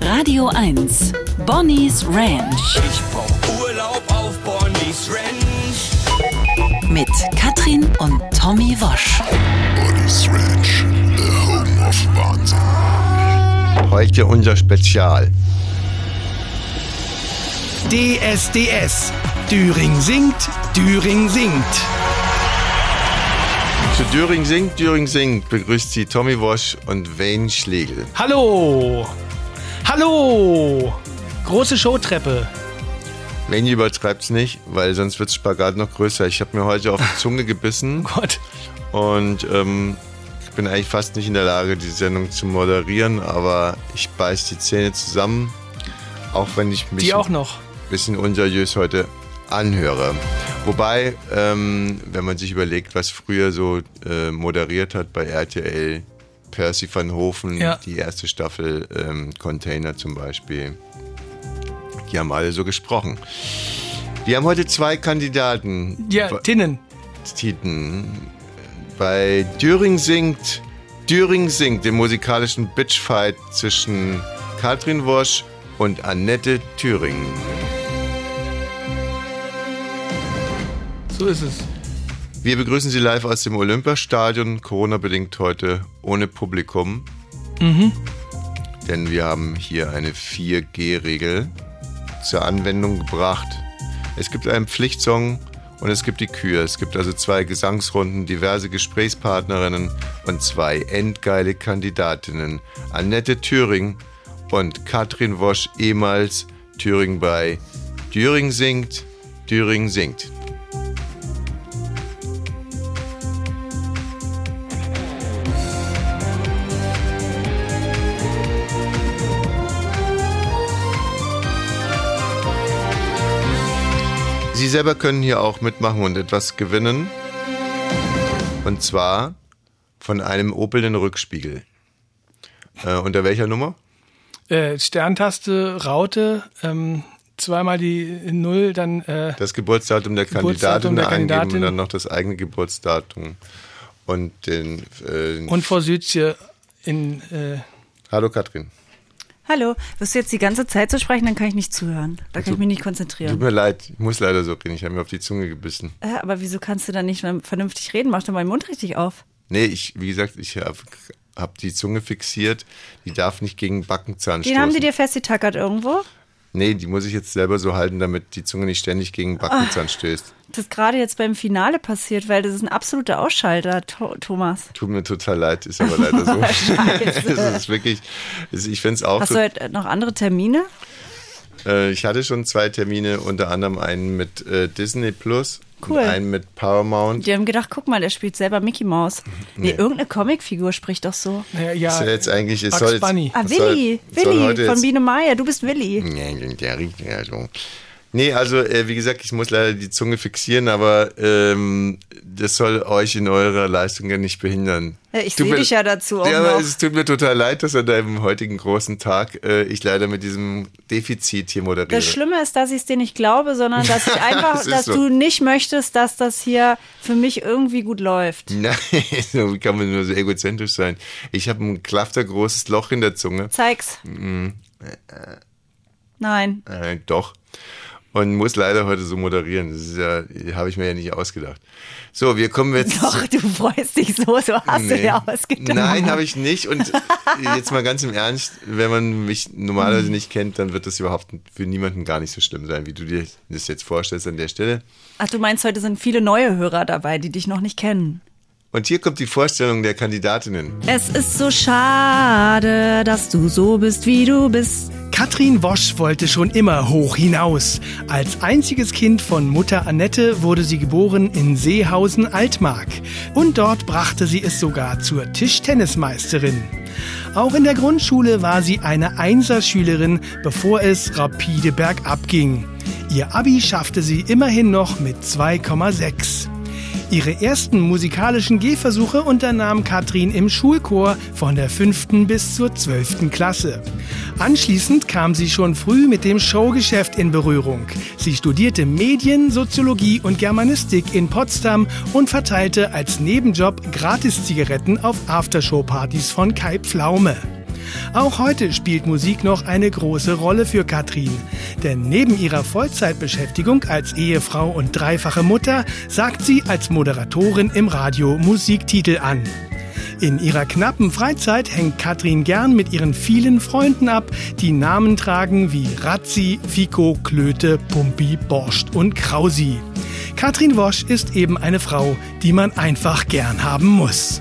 Radio 1, Bonnie's Ranch. Ich brauch Urlaub auf Bonnie's Ranch. Mit Katrin und Tommy Wosch. Bonnie's Ranch, the home of Wahnsinn. Heute unser Spezial. DSDS. Düring singt, Düring singt. Zu Düring singt begrüßt Sie Tommy Wosch und Wayne Schlegel. Hallo! Hallo! Große Showtreppe. Wayne übertreibt's nicht, weil sonst wird's Spagat noch größer. Ich habe mir heute auf die Zunge gebissen. Oh Gott. Und ich bin eigentlich fast nicht in der Lage, die Sendung zu moderieren, aber ich beiß die Zähne zusammen, auch wenn ich mich die auch noch ein bisschen unseriös heute anhöre. Wobei, wenn man sich überlegt, was früher so moderiert hat bei RTL, Percy van Hofen, ja. Die erste Staffel, Container zum Beispiel, die haben alle so gesprochen. Wir haben heute zwei Kandidaten. Ja, Titten. Bei Düring singt, dem musikalischen Bitchfight zwischen Katrin Wosch und Annette Thüring. So ist es. Wir begrüßen Sie live aus dem Olympiastadion, Corona-bedingt heute ohne Publikum. Denn wir haben hier eine 4G-Regel zur Anwendung gebracht. Es gibt einen Pflichtsong und es gibt die Kür. Es gibt also 2 Gesangsrunden, diverse Gesprächspartnerinnen und 2 endgeile Kandidatinnen. Annette Thüring und Katrin Wosch, ehemals Thüring bei Düring singt, Düring singt. Sie selber können hier auch mitmachen und etwas gewinnen. Und zwar von einem opelnden Rückspiegel. Unter welcher Nummer? Sterntaste, Raute, zweimal die 0, dann das Geburtsdatum der Kandidatin eingeben und dann noch das eigene Geburtsdatum. Und den und Frau Sützje in Hallo Katrin. Hallo, wirst du jetzt die ganze Zeit so sprechen, dann kann ich nicht zuhören. Da kann ich mich nicht konzentrieren. Tut mir leid, ich muss leider so reden, ich habe mir auf die Zunge gebissen. Aber wieso kannst du dann nicht vernünftig reden? Mach doch mal den Mund richtig auf. Nee, wie gesagt, ich habe die Zunge fixiert, die darf nicht gegen Backenzahn stoßen. Den haben sie dir festgetackert irgendwo? Nee, die muss ich jetzt selber so halten, damit die Zunge nicht ständig gegen Backenzahn stößt. Das ist gerade jetzt beim Finale passiert, weil das ist ein absoluter Ausschalter, Thomas. Tut mir total leid, ist aber leider so. Scheiße. Das ist wirklich, ich finde es auch. Hast du heute noch andere Termine? Ich hatte schon 2 Termine, unter anderem einen mit Disney Plus cool. Und einen mit Paramount. Die haben gedacht, guck mal, der spielt selber Mickey Mouse. Nee, irgendeine Comicfigur spricht doch so. Ja, ist ja jetzt eigentlich, es Bugs soll jetzt, Bunny. Willi von Biene Meier, du bist Willi. Nee, der riecht ja so. Nee, also wie gesagt, ich muss leider die Zunge fixieren, aber das soll euch in eurer Leistung ja nicht behindern. Ich sehe dich ja dazu auch ja, noch. Aber es tut mir total leid, dass an deinem heutigen großen Tag ich leider mit diesem Defizit hier moderiere. Das Schlimme ist, dass ich es dir nicht glaube, sondern dass ich einfach, dass so. du nicht möchtest, dass das hier für mich irgendwie gut läuft. Nein, wie kann man nur so egozentrisch sein? Ich habe ein klaftergroßes Loch in der Zunge. Zeig's. Nein. Doch. Und muss leider heute so moderieren. Das ist ja, habe ich mir ja nicht ausgedacht. So, wir kommen jetzt. Doch, du freust dich so hast du dir ausgedacht. Nein, habe ich nicht. Und jetzt mal ganz im Ernst, wenn man mich normalerweise nicht kennt, dann wird das überhaupt für niemanden gar nicht so schlimm sein, wie du dir das jetzt vorstellst an der Stelle. Ach, du meinst, heute sind viele neue Hörer dabei, die dich noch nicht kennen. Und hier kommt die Vorstellung der Kandidatinnen. Es ist so schade, dass du so bist, wie du bist. Katrin Wosch wollte schon immer hoch hinaus. Als einziges Kind von Mutter Annette wurde sie geboren in Seehausen-Altmark. Und dort brachte sie es sogar zur Tischtennismeisterin. Auch in der Grundschule war sie eine Einserschülerin, bevor es rapide bergab ging. Ihr Abi schaffte sie immerhin noch mit 2,6. Ihre ersten musikalischen Gehversuche unternahm Katrin im Schulchor von der 5. bis zur 12. Klasse. Anschließend kam sie schon früh mit dem Showgeschäft in Berührung. Sie studierte Medien, Soziologie und Germanistik in Potsdam und verteilte als Nebenjob Gratis-Zigaretten auf Aftershow-Partys von Kai Pflaume. Auch heute spielt Musik noch eine große Rolle für Katrin. Denn neben ihrer Vollzeitbeschäftigung als Ehefrau und dreifache Mutter sagt sie als Moderatorin im Radio Musiktitel an. In ihrer knappen Freizeit hängt Katrin gern mit ihren vielen Freunden ab, die Namen tragen wie Razzi, Fico, Klöte, Pumpi, Borscht und Krausi. Katrin Wosch ist eben eine Frau, die man einfach gern haben muss.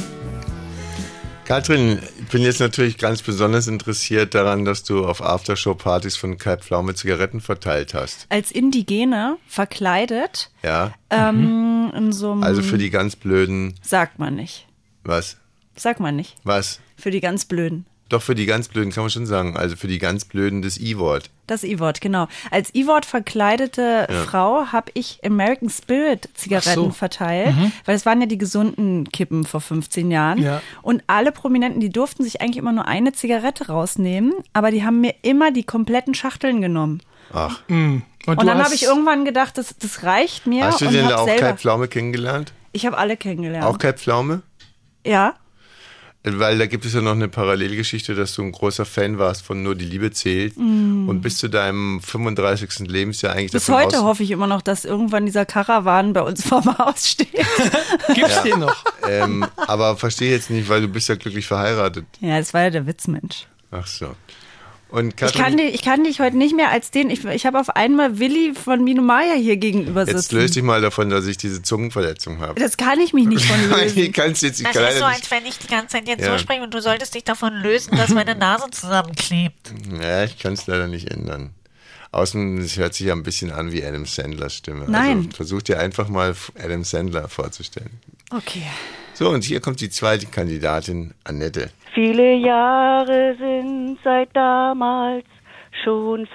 Katrin, ich bin jetzt natürlich ganz besonders interessiert daran, dass du auf Aftershow-Partys von Kai Pflaume Zigaretten verteilt hast. Als Indigene verkleidet. Ja. In so einem... Also für die ganz Blöden. Sagt man nicht. Was? Sagt man nicht. Was? Für die ganz Blöden. Doch, für die ganz Blöden kann man schon sagen. Also für die ganz Blöden das I-Wort. Das I-Wort, genau. Als I-Wort verkleidete Frau habe ich American Spirit Zigaretten verteilt, weil es waren ja die gesunden Kippen vor 15 Jahren. Ja. Und alle Prominenten, die durften sich eigentlich immer nur eine Zigarette rausnehmen, aber die haben mir immer die kompletten Schachteln genommen. Ach. Und dann habe ich irgendwann gedacht, das reicht mir. Hast du und denn hab auch selber, Kai Pflaume kennengelernt? Ich habe alle kennengelernt. Auch Kai Pflaume? Ja. Weil da gibt es ja noch eine Parallelgeschichte, dass du ein großer Fan warst von Nur die Liebe zählt und bis zu deinem 35. Lebensjahr eigentlich Bis davon heute hoffe ich immer noch, dass irgendwann dieser Karawan bei uns vorm Haus steht. Gibt's den noch? Aber verstehe jetzt nicht, weil du bist ja glücklich verheiratet. Ja, das war ja der Witz, Mensch. Ach so. Und Ich kann dich heute nicht mehr als den, ich habe auf einmal Willi von Mino Maya hier gegenüber sitzen. Jetzt löse dich mal davon, dass ich diese Zungenverletzung habe. Das kann ich mich nicht von lösen. Ich kann's jetzt, ich Das kann ist so, leider als wenn ich die ganze Zeit jetzt so spreche und du solltest dich davon lösen, dass meine Nase zusammenklebt. Ja, ich kann es leider nicht ändern. Außen, es hört sich ja ein bisschen an wie Adam Sandlers Stimme. Nein. Also versuch dir einfach mal Adam Sandler vorzustellen. Okay. So, und hier kommt die zweite Kandidatin, Annette. Viele Jahre sind seit damals schon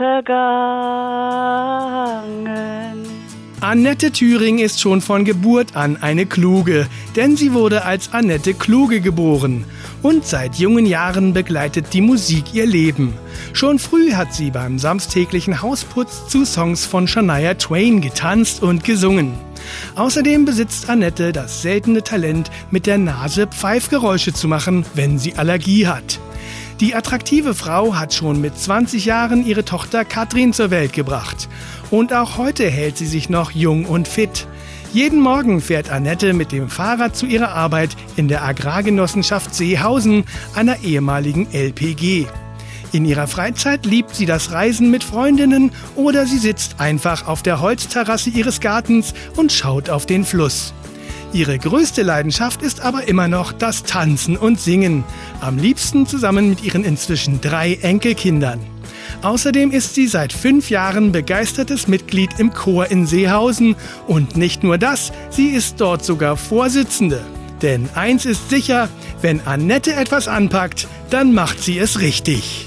vergangen. Annette Thüring ist schon von Geburt an eine Kluge, denn sie wurde als Annette Kluge geboren. Und seit jungen Jahren begleitet die Musik ihr Leben. Schon früh hat sie beim samstäglichen Hausputz zu Songs von Shania Twain getanzt und gesungen. Außerdem besitzt Annette das seltene Talent, mit der Nase Pfeifgeräusche zu machen, wenn sie Allergie hat. Die attraktive Frau hat schon mit 20 Jahren ihre Tochter Katrin zur Welt gebracht. Und auch heute hält sie sich noch jung und fit. Jeden Morgen fährt Annette mit dem Fahrrad zu ihrer Arbeit in der Agrargenossenschaft Seehausen, einer ehemaligen LPG. In ihrer Freizeit liebt sie das Reisen mit Freundinnen oder sie sitzt einfach auf der Holzterrasse ihres Gartens und schaut auf den Fluss. Ihre größte Leidenschaft ist aber immer noch das Tanzen und Singen. Am liebsten zusammen mit ihren inzwischen 3 Enkelkindern. Außerdem ist sie seit 5 Jahren begeistertes Mitglied im Chor in Seehausen. Und nicht nur das, sie ist dort sogar Vorsitzende. Denn eins ist sicher, wenn Annette etwas anpackt, dann macht sie es richtig.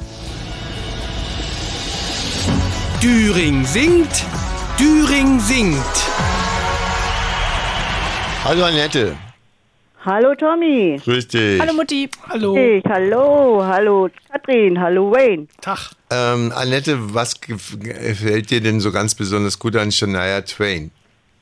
Thüring singt, Thüring singt. Hallo Annette. Hallo Tommy. Grüß dich. Hallo Mutti. Hallo. Hallo Katrin, hallo Wayne. Tag. Annette, was gefällt dir denn so ganz besonders gut an Shania Twain?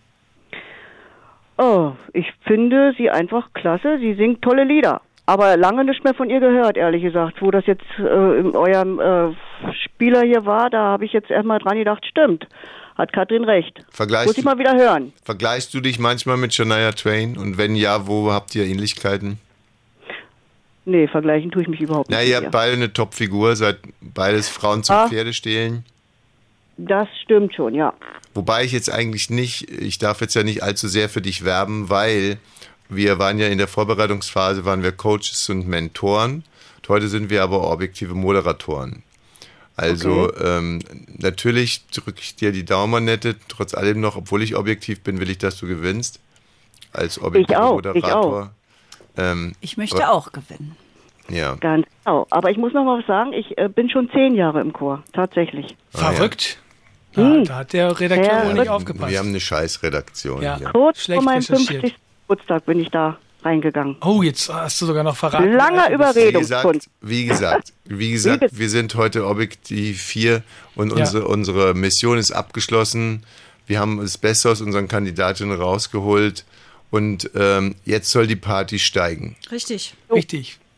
Oh, ich finde sie einfach klasse. Sie singt tolle Lieder. Aber lange nicht mehr von ihr gehört, ehrlich gesagt. Wo das jetzt in eurem Spieler hier war, da habe ich jetzt erstmal dran gedacht, stimmt. Hat Katrin recht. Muss ich mal wieder hören. Vergleichst du dich manchmal mit Shania Twain? Und wenn ja, wo habt ihr Ähnlichkeiten? Nee, vergleichen tue ich mich überhaupt nicht. Na, ihr habt beide eine Top-Figur, seid beides Frauen zum Pferdestehlen. Das stimmt schon, ja. Wobei ich jetzt eigentlich nicht, ich darf jetzt ja nicht allzu sehr für dich werben, weil wir waren ja in der Vorbereitungsphase, waren wir Coaches und Mentoren. Und heute sind wir aber objektive Moderatoren. Also natürlich drücke ich dir die Daumen, Annette. Trotz allem noch, obwohl ich objektiv bin, will ich, dass du gewinnst. Als objektiver Moderator. Ich möchte auch gewinnen. Ja. Ganz genau. Aber ich muss noch mal was sagen. Ich bin schon 10 Jahre im Chor. Tatsächlich. Verrückt. Ja, da hat der Redakteur wohl nicht aufgepasst. Wir haben eine Scheißredaktion. Ja. Hier. Kurz Schlecht vor meinem recherchiert. 50. Geburtstag bin ich da reingegangen. Oh, jetzt hast du sogar noch verraten. Langer Überredungskunst. Wie gesagt, wir sind heute objektiv hier und unsere Mission ist abgeschlossen. Wir haben das Beste aus unseren Kandidatinnen rausgeholt und jetzt soll die Party steigen. Richtig. Richtig.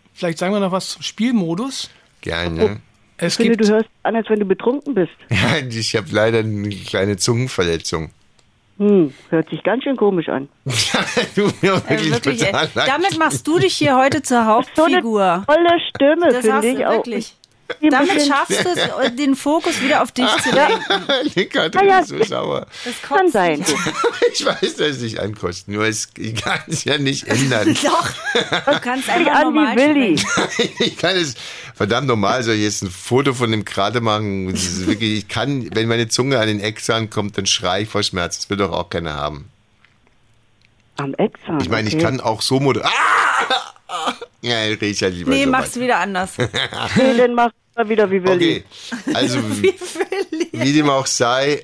vielleicht sagen wir noch was zum Spielmodus. Gerne. Ich finde, du hörst an, als wenn du betrunken bist. Ja, ich habe leider eine kleine Zungenverletzung. Hört sich ganz schön komisch an. Du mir wirklich total leid. Damit machst du dich hier heute zur Hauptfigur. So eine tolle Stimme, finde ich auch. Wirklich. Damit schaffst du es, den Fokus wieder auf dich zu lenken. Die Katrin ist so sauer. Das kann sein. Ich weiß, dass es nicht ankostet, nur ich kann es ja nicht ändern. Doch, du kannst einfach normal sprechen. Ich kann es, verdammt normal, soll ich jetzt ein Foto von dem Krater machen? Das ist wirklich, ich kann, wenn meine Zunge an den Eckzahn kommt, dann schreie ich vor Schmerz. Das will doch auch keiner haben. Am Eckzahn? Ich meine, ich kann auch so Ja, rede ich ja lieber Nee, so machst du wieder anders. Nee, dann mach wieder wie Willi. Okay, also wie dem auch sei,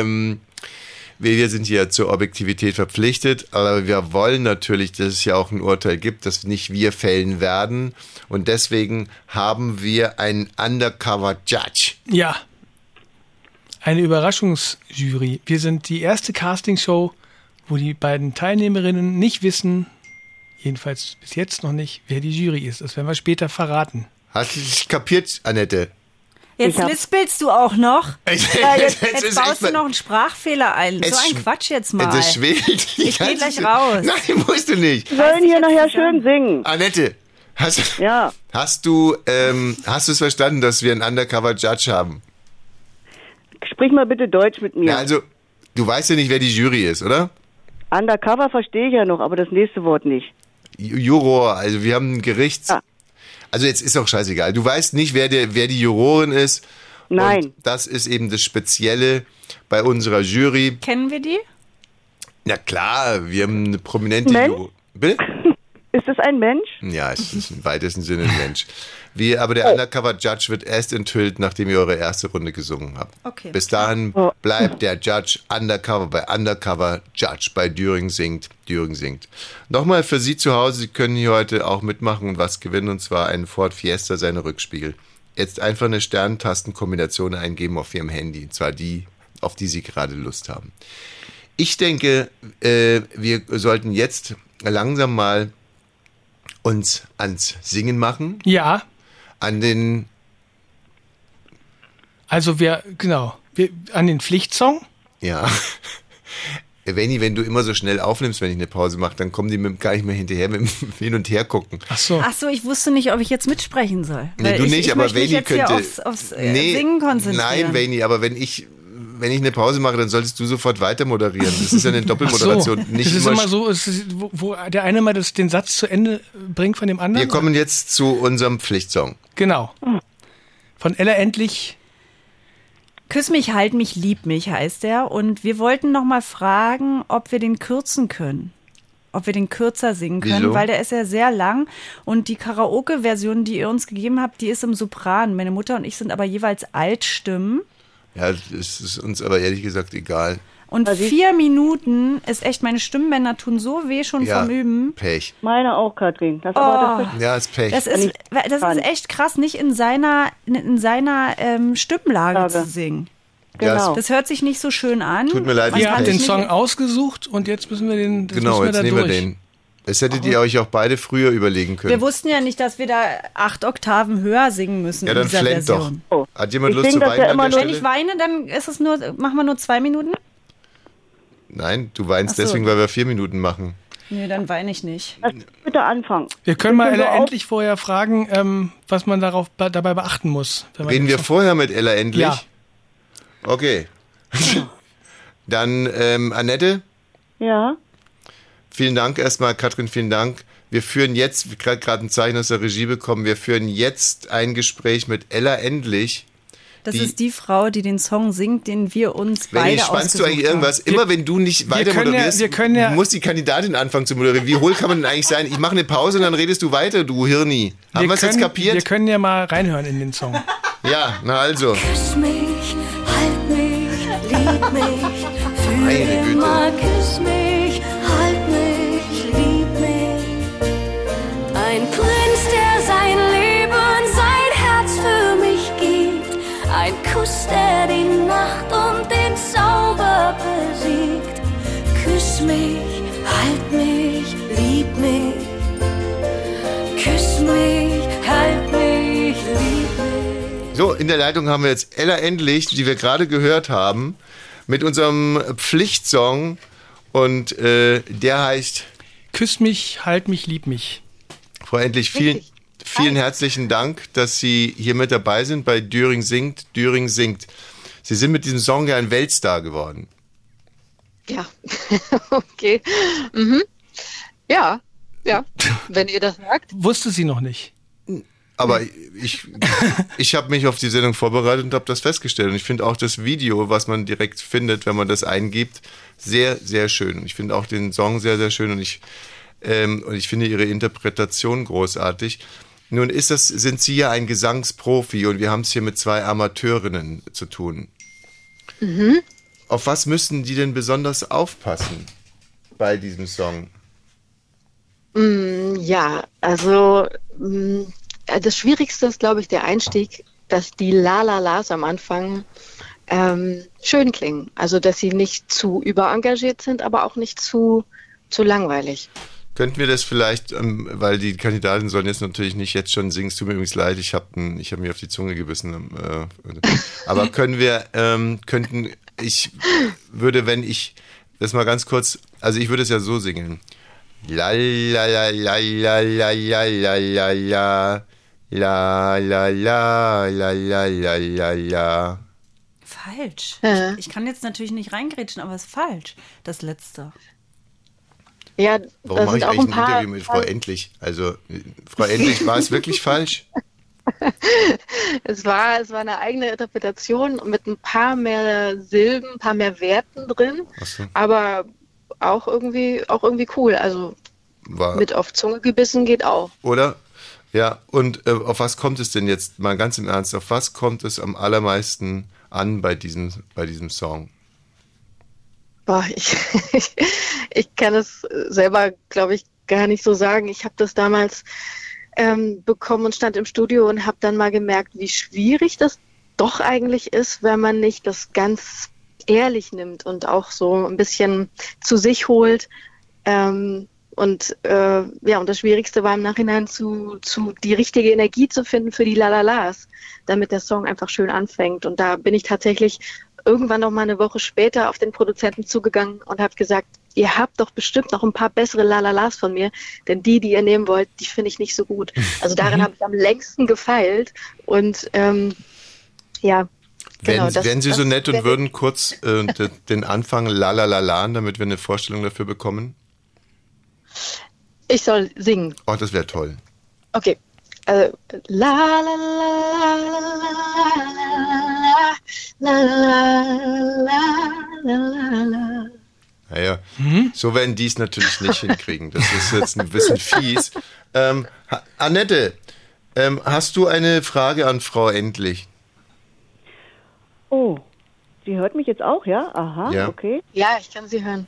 wir sind hier zur Objektivität verpflichtet, aber wir wollen natürlich, dass es ja auch ein Urteil gibt, das nicht wir fällen werden, und deswegen haben wir einen Undercover Judge. Ja, eine Überraschungsjury. Wir sind die erste Castingshow, wo die beiden Teilnehmerinnen nicht wissen, jedenfalls bis jetzt noch nicht, wer die Jury ist. Das werden wir später verraten. Hast du dich kapiert, Annette? Jetzt lispelst du auch noch. Jetzt baust du noch einen Sprachfehler ein. So ein Quatsch jetzt mal. Das schwelt. Ich geh gleich raus. Nein, musst du nicht. Wir sollen hier nachher schön singen. Annette, hast du es verstanden, dass wir einen Undercover Judge haben? Sprich mal bitte Deutsch mit mir. Ja, also, du weißt ja nicht, wer die Jury ist, oder? Undercover verstehe ich ja noch, aber das nächste Wort nicht. Juror, also wir haben ein Gerichts... Ja. Also jetzt ist auch scheißegal. Du weißt nicht, wer die Jurorin ist. Nein. Und das ist eben das Spezielle bei unserer Jury. Kennen wir die? Na klar, wir haben eine prominente Jurorin. Bitte? Ist das ein Mensch? Ja, es ist im weitesten Sinne ein Mensch. Aber der Undercover Judge wird erst enthüllt, nachdem ihr eure erste Runde gesungen habt. Okay. Bis dahin bleibt der Judge undercover bei Undercover Judge bei Düring singt. Nochmal für Sie zu Hause, Sie können hier heute auch mitmachen und was gewinnen, und zwar einen Ford Fiesta, seine Rückspiegel. Jetzt einfach eine Sternentastenkombination eingeben auf Ihrem Handy, und zwar die, auf die Sie gerade Lust haben. Ich denke, wir sollten jetzt langsam mal uns ans Singen machen. Ja. An den... Also an den Pflichtsong? Ja. Benni, wenn du immer so schnell aufnimmst, wenn ich eine Pause mache, dann kommen die gar nicht mehr hinterher mit dem Hin- und Hergucken. Ach so, ich wusste nicht, ob ich jetzt mitsprechen soll. Nee, du nicht, aber Benni könnte... aufs Singen konzentrieren. Nein, Benni, aber wenn ich eine Pause mache, dann solltest du sofort weiter moderieren. Das ist ja eine Doppelmoderation. Ach so. Nicht es ist immer so, wo der eine mal den Satz zu Ende bringt von dem anderen. Wir kommen jetzt zu unserem Pflichtsong. Genau. Von Ella Endlich. Küss mich, halt mich, lieb mich heißt der. Und wir wollten noch mal fragen, ob wir den kürzen können. Ob wir den kürzer singen können. Wieso? Weil der ist ja sehr lang. Und die Karaoke-Version, die ihr uns gegeben habt, die ist im Sopran. Meine Mutter und ich sind aber jeweils Altstimmen. Ja, das ist uns aber ehrlich gesagt egal. Und 4 Minuten ist echt, meine Stimmbänder tun so weh schon vom Üben. Pech. Meine auch, Katrin. Ist Pech. Das ist echt krass, nicht in seiner Stimmlage zu singen. Genau. Das hört sich nicht so schön an. Tut mir leid. Ihr habt den Song ausgesucht und jetzt müssen wir den. Genau, jetzt nehmen wir den. Das hättet ihr euch auch beide früher überlegen können. Wir wussten ja nicht, dass wir da 8 Oktaven höher singen müssen. Ja, dann in dieser flennt Version. doch. Hat jemand Lust zu weinen an der Wenn ich weine, dann machen wir nur 2 Minuten? Nein, du weinst deswegen, weil wir 4 Minuten machen. Nee, dann weine ich nicht. Bitte anfangen. Wir können mal Ella Endlich vorher fragen, was man dabei beachten muss. Reden wir vorher mit Ella Endlich? Ja. Okay. Dann Annette? Ja? Vielen Dank erstmal, Katrin, vielen Dank. Wir führen jetzt, gerade ein Zeichen aus der Regie bekommen, wir führen jetzt ein Gespräch mit Ella Endlich. Das ist die Frau, die den Song singt, den wir uns beide ausgesucht haben. Spannst du eigentlich irgendwas? Immer wenn du nicht weiter moderierst, muss die Kandidatin anfangen zu moderieren. Wie hohl kann man denn eigentlich sein? Ich mache eine Pause und dann redest du weiter, du Hirni. Haben wir es jetzt kapiert? Wir können ja mal reinhören in den Song. Ja, na also. Küss mich, halt mich, lieb mich, für immer. Küss mich, halt mich, lieb mich. Ein Prinz, der sein Leben, sein Herz für mich gibt. Ein Kuss, der die Nacht und den Zauber besiegt. Küss mich, halt mich, lieb mich. Küss mich, So, in der Leitung haben wir jetzt Ella Endlich, die wir gerade gehört haben, mit unserem Pflichtsong. Und der heißt Küss mich, halt mich, lieb mich. Frau Endlich, vielen herzlichen Dank, dass Sie hier mit dabei sind bei Düring singt, Düring singt. Sie sind mit diesem Song ja ein Weltstar geworden. Ja, okay. Mhm. Ja, wenn ihr das sagt. Wusste sie noch nicht. Aber ich habe mich auf die Sendung vorbereitet und habe das festgestellt. Und ich finde auch das Video, was man direkt findet, wenn man das eingibt, sehr, sehr schön. Und ich finde auch den Song sehr, sehr schön. Und ich finde ihre Interpretation großartig. Nun sind Sie ja ein Gesangsprofi und wir haben es hier mit 2 Amateurinnen zu tun. Mhm. Auf was müssen die denn besonders aufpassen bei diesem Song? Ja, also das Schwierigste ist, glaube ich, der Einstieg, dass die La-La-Las am Anfang schön klingen. Also, dass sie nicht zu überengagiert sind, aber auch nicht zu langweilig. Könnten wir das vielleicht, weil die Kandidaten sollen jetzt natürlich nicht jetzt schon singen, es tut mir übrigens leid, ich hab mir auf die Zunge gebissen. Aber ich würde das mal ganz kurz, also ich würde es ja so singen. La la la la la la la la la la la la la la la la la. Falsch. Ich kann jetzt natürlich nicht reingrätschen, aber es ist falsch, das Letzte. Ja, warum mache ich eigentlich ein Interview mit Frau Endlich? Also, Frau Endlich, war es wirklich falsch? Es war eine eigene Interpretation mit ein paar mehr Silben, ein paar mehr Werten drin, aber auch irgendwie cool. Also mit auf Zunge gebissen geht auch. Oder? Ja, und auf was kommt es denn jetzt, mal ganz im Ernst, auf was kommt es am allermeisten an bei diesem Song? Boah, ich kann es selber, glaube ich, gar nicht so sagen. Ich habe das damals bekommen und stand im Studio und habe dann mal gemerkt, wie schwierig das doch eigentlich ist, wenn man nicht das ganz ehrlich nimmt und auch so ein bisschen zu sich holt. Und das Schwierigste war im Nachhinein die richtige Energie zu finden für die La-La-Las, damit der Song einfach schön anfängt. Und da bin ich tatsächlich irgendwann noch mal eine Woche später auf den Produzenten zugegangen und habe gesagt, ihr habt doch bestimmt noch ein paar bessere La-La-Las von mir, denn die ihr nehmen wollt, die finde ich nicht so gut. Also daran habe ich am längsten gefeilt und Genau, wären Sie so nett und würden kurz den Anfang La-La-La-La, damit wir eine Vorstellung dafür bekommen? Ich soll singen. Oh, das wäre toll. Okay. La la la la la la la la. Naja, so werden die es natürlich nicht hinkriegen. Das ist jetzt ein bisschen fies. Annette, hast du eine Frage an Frau Endlich? Oh, sie hört mich jetzt auch, ja? Aha, ja. Okay. Ja, ich kann sie hören.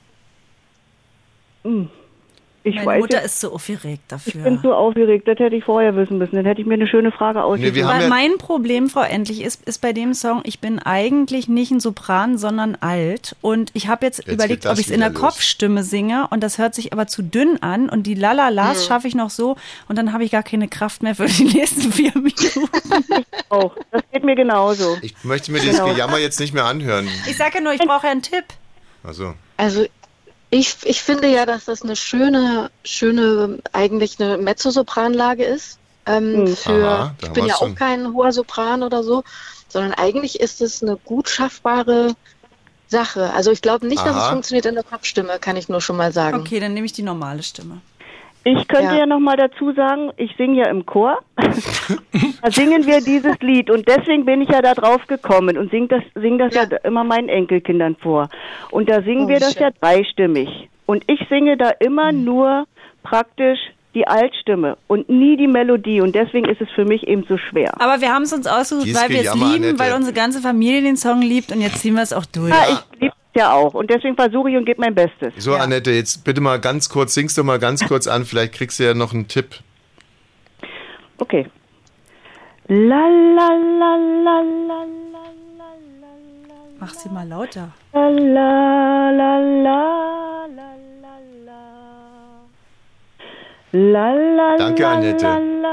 Meine Mutter ist so aufgeregt dafür. Ich bin so aufgeregt, das hätte ich vorher wissen müssen. Dann hätte ich mir eine schöne Frage ausgesucht. Mein Problem, Frau Endlich, ist bei dem Song, ich bin eigentlich nicht ein Sopran, sondern alt. Und ich habe jetzt überlegt, ob ich es in der Kopfstimme singe. Und das hört sich aber zu dünn an. Und die La-La-Las schaffe ich noch so. Und dann habe ich gar keine Kraft mehr für die nächsten 4 Minuten. Auch. Das geht mir genauso. Ich möchte mir dieses Gejammer jetzt nicht mehr anhören. Ich sage ja nur, ich brauche ja einen Tipp. Ach so. Also ich finde ja, dass das eine schöne, eigentlich eine Mezzosopranlage ist. Ich bin ja auch kein hoher Sopran oder so, sondern eigentlich ist es eine gut schaffbare Sache. Also ich glaube nicht, dass es funktioniert in der Kopfstimme, kann ich nur schon mal sagen. Okay, dann nehme ich die normale Stimme. Ich könnte ja noch mal dazu sagen, ich singe ja im Chor. Da singen wir dieses Lied und deswegen bin ich ja da drauf gekommen und sing das ja immer meinen Enkelkindern vor. Und da singen wir das ja dreistimmig. Und ich singe da immer nur praktisch die Altstimme und nie die Melodie und deswegen ist es für mich eben so schwer. Aber wir haben es uns ausgesucht, weil wir es lieben, weil unsere ganze Familie den Song liebt und jetzt ziehen wir es auch durch. Ja, ich liebe es ja auch und deswegen versuche ich und gebe mein Bestes. So, Annette, jetzt bitte mal ganz kurz, singst du mal ganz kurz an, vielleicht kriegst du ja noch einen Tipp. Okay. La la la la la la la. Mach sie mal lauter. La la la la la la. La la Danke, la Annette. La, la,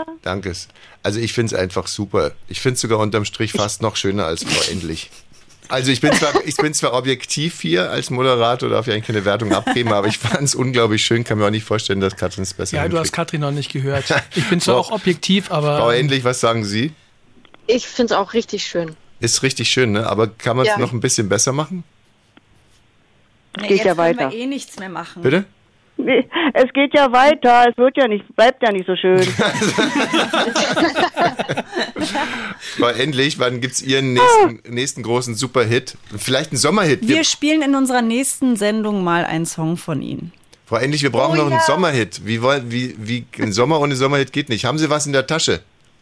Danke. Also ich finde es einfach super. Ich finde es sogar unterm Strich fast noch schöner als Frau Endlich. Also ich bin zwar objektiv hier als Moderator, darf ich eigentlich keine Wertung abgeben, aber ich fand es unglaublich schön, kann mir auch nicht vorstellen, dass Katrin es besser hinkriegt. Du hast Katrin noch nicht gehört. Ich bin zwar auch objektiv, aber... Frau Endlich, was sagen Sie? Ich finde es auch richtig schön. Ist richtig schön, ne? Aber kann man es noch ein bisschen besser machen? Nee, geht jetzt ja weiter. können wir nichts mehr machen. Bitte? Nee, es geht ja weiter, es bleibt ja nicht so schön. Frau Endlich, wann gibt's Ihren nächsten großen Superhit? Vielleicht einen Sommerhit? Wir spielen in unserer nächsten Sendung mal einen Song von Ihnen. Frau Endlich, wir brauchen noch einen Sommerhit. Wie ein Sommer ohne Sommerhit geht nicht. Haben Sie was in der Tasche?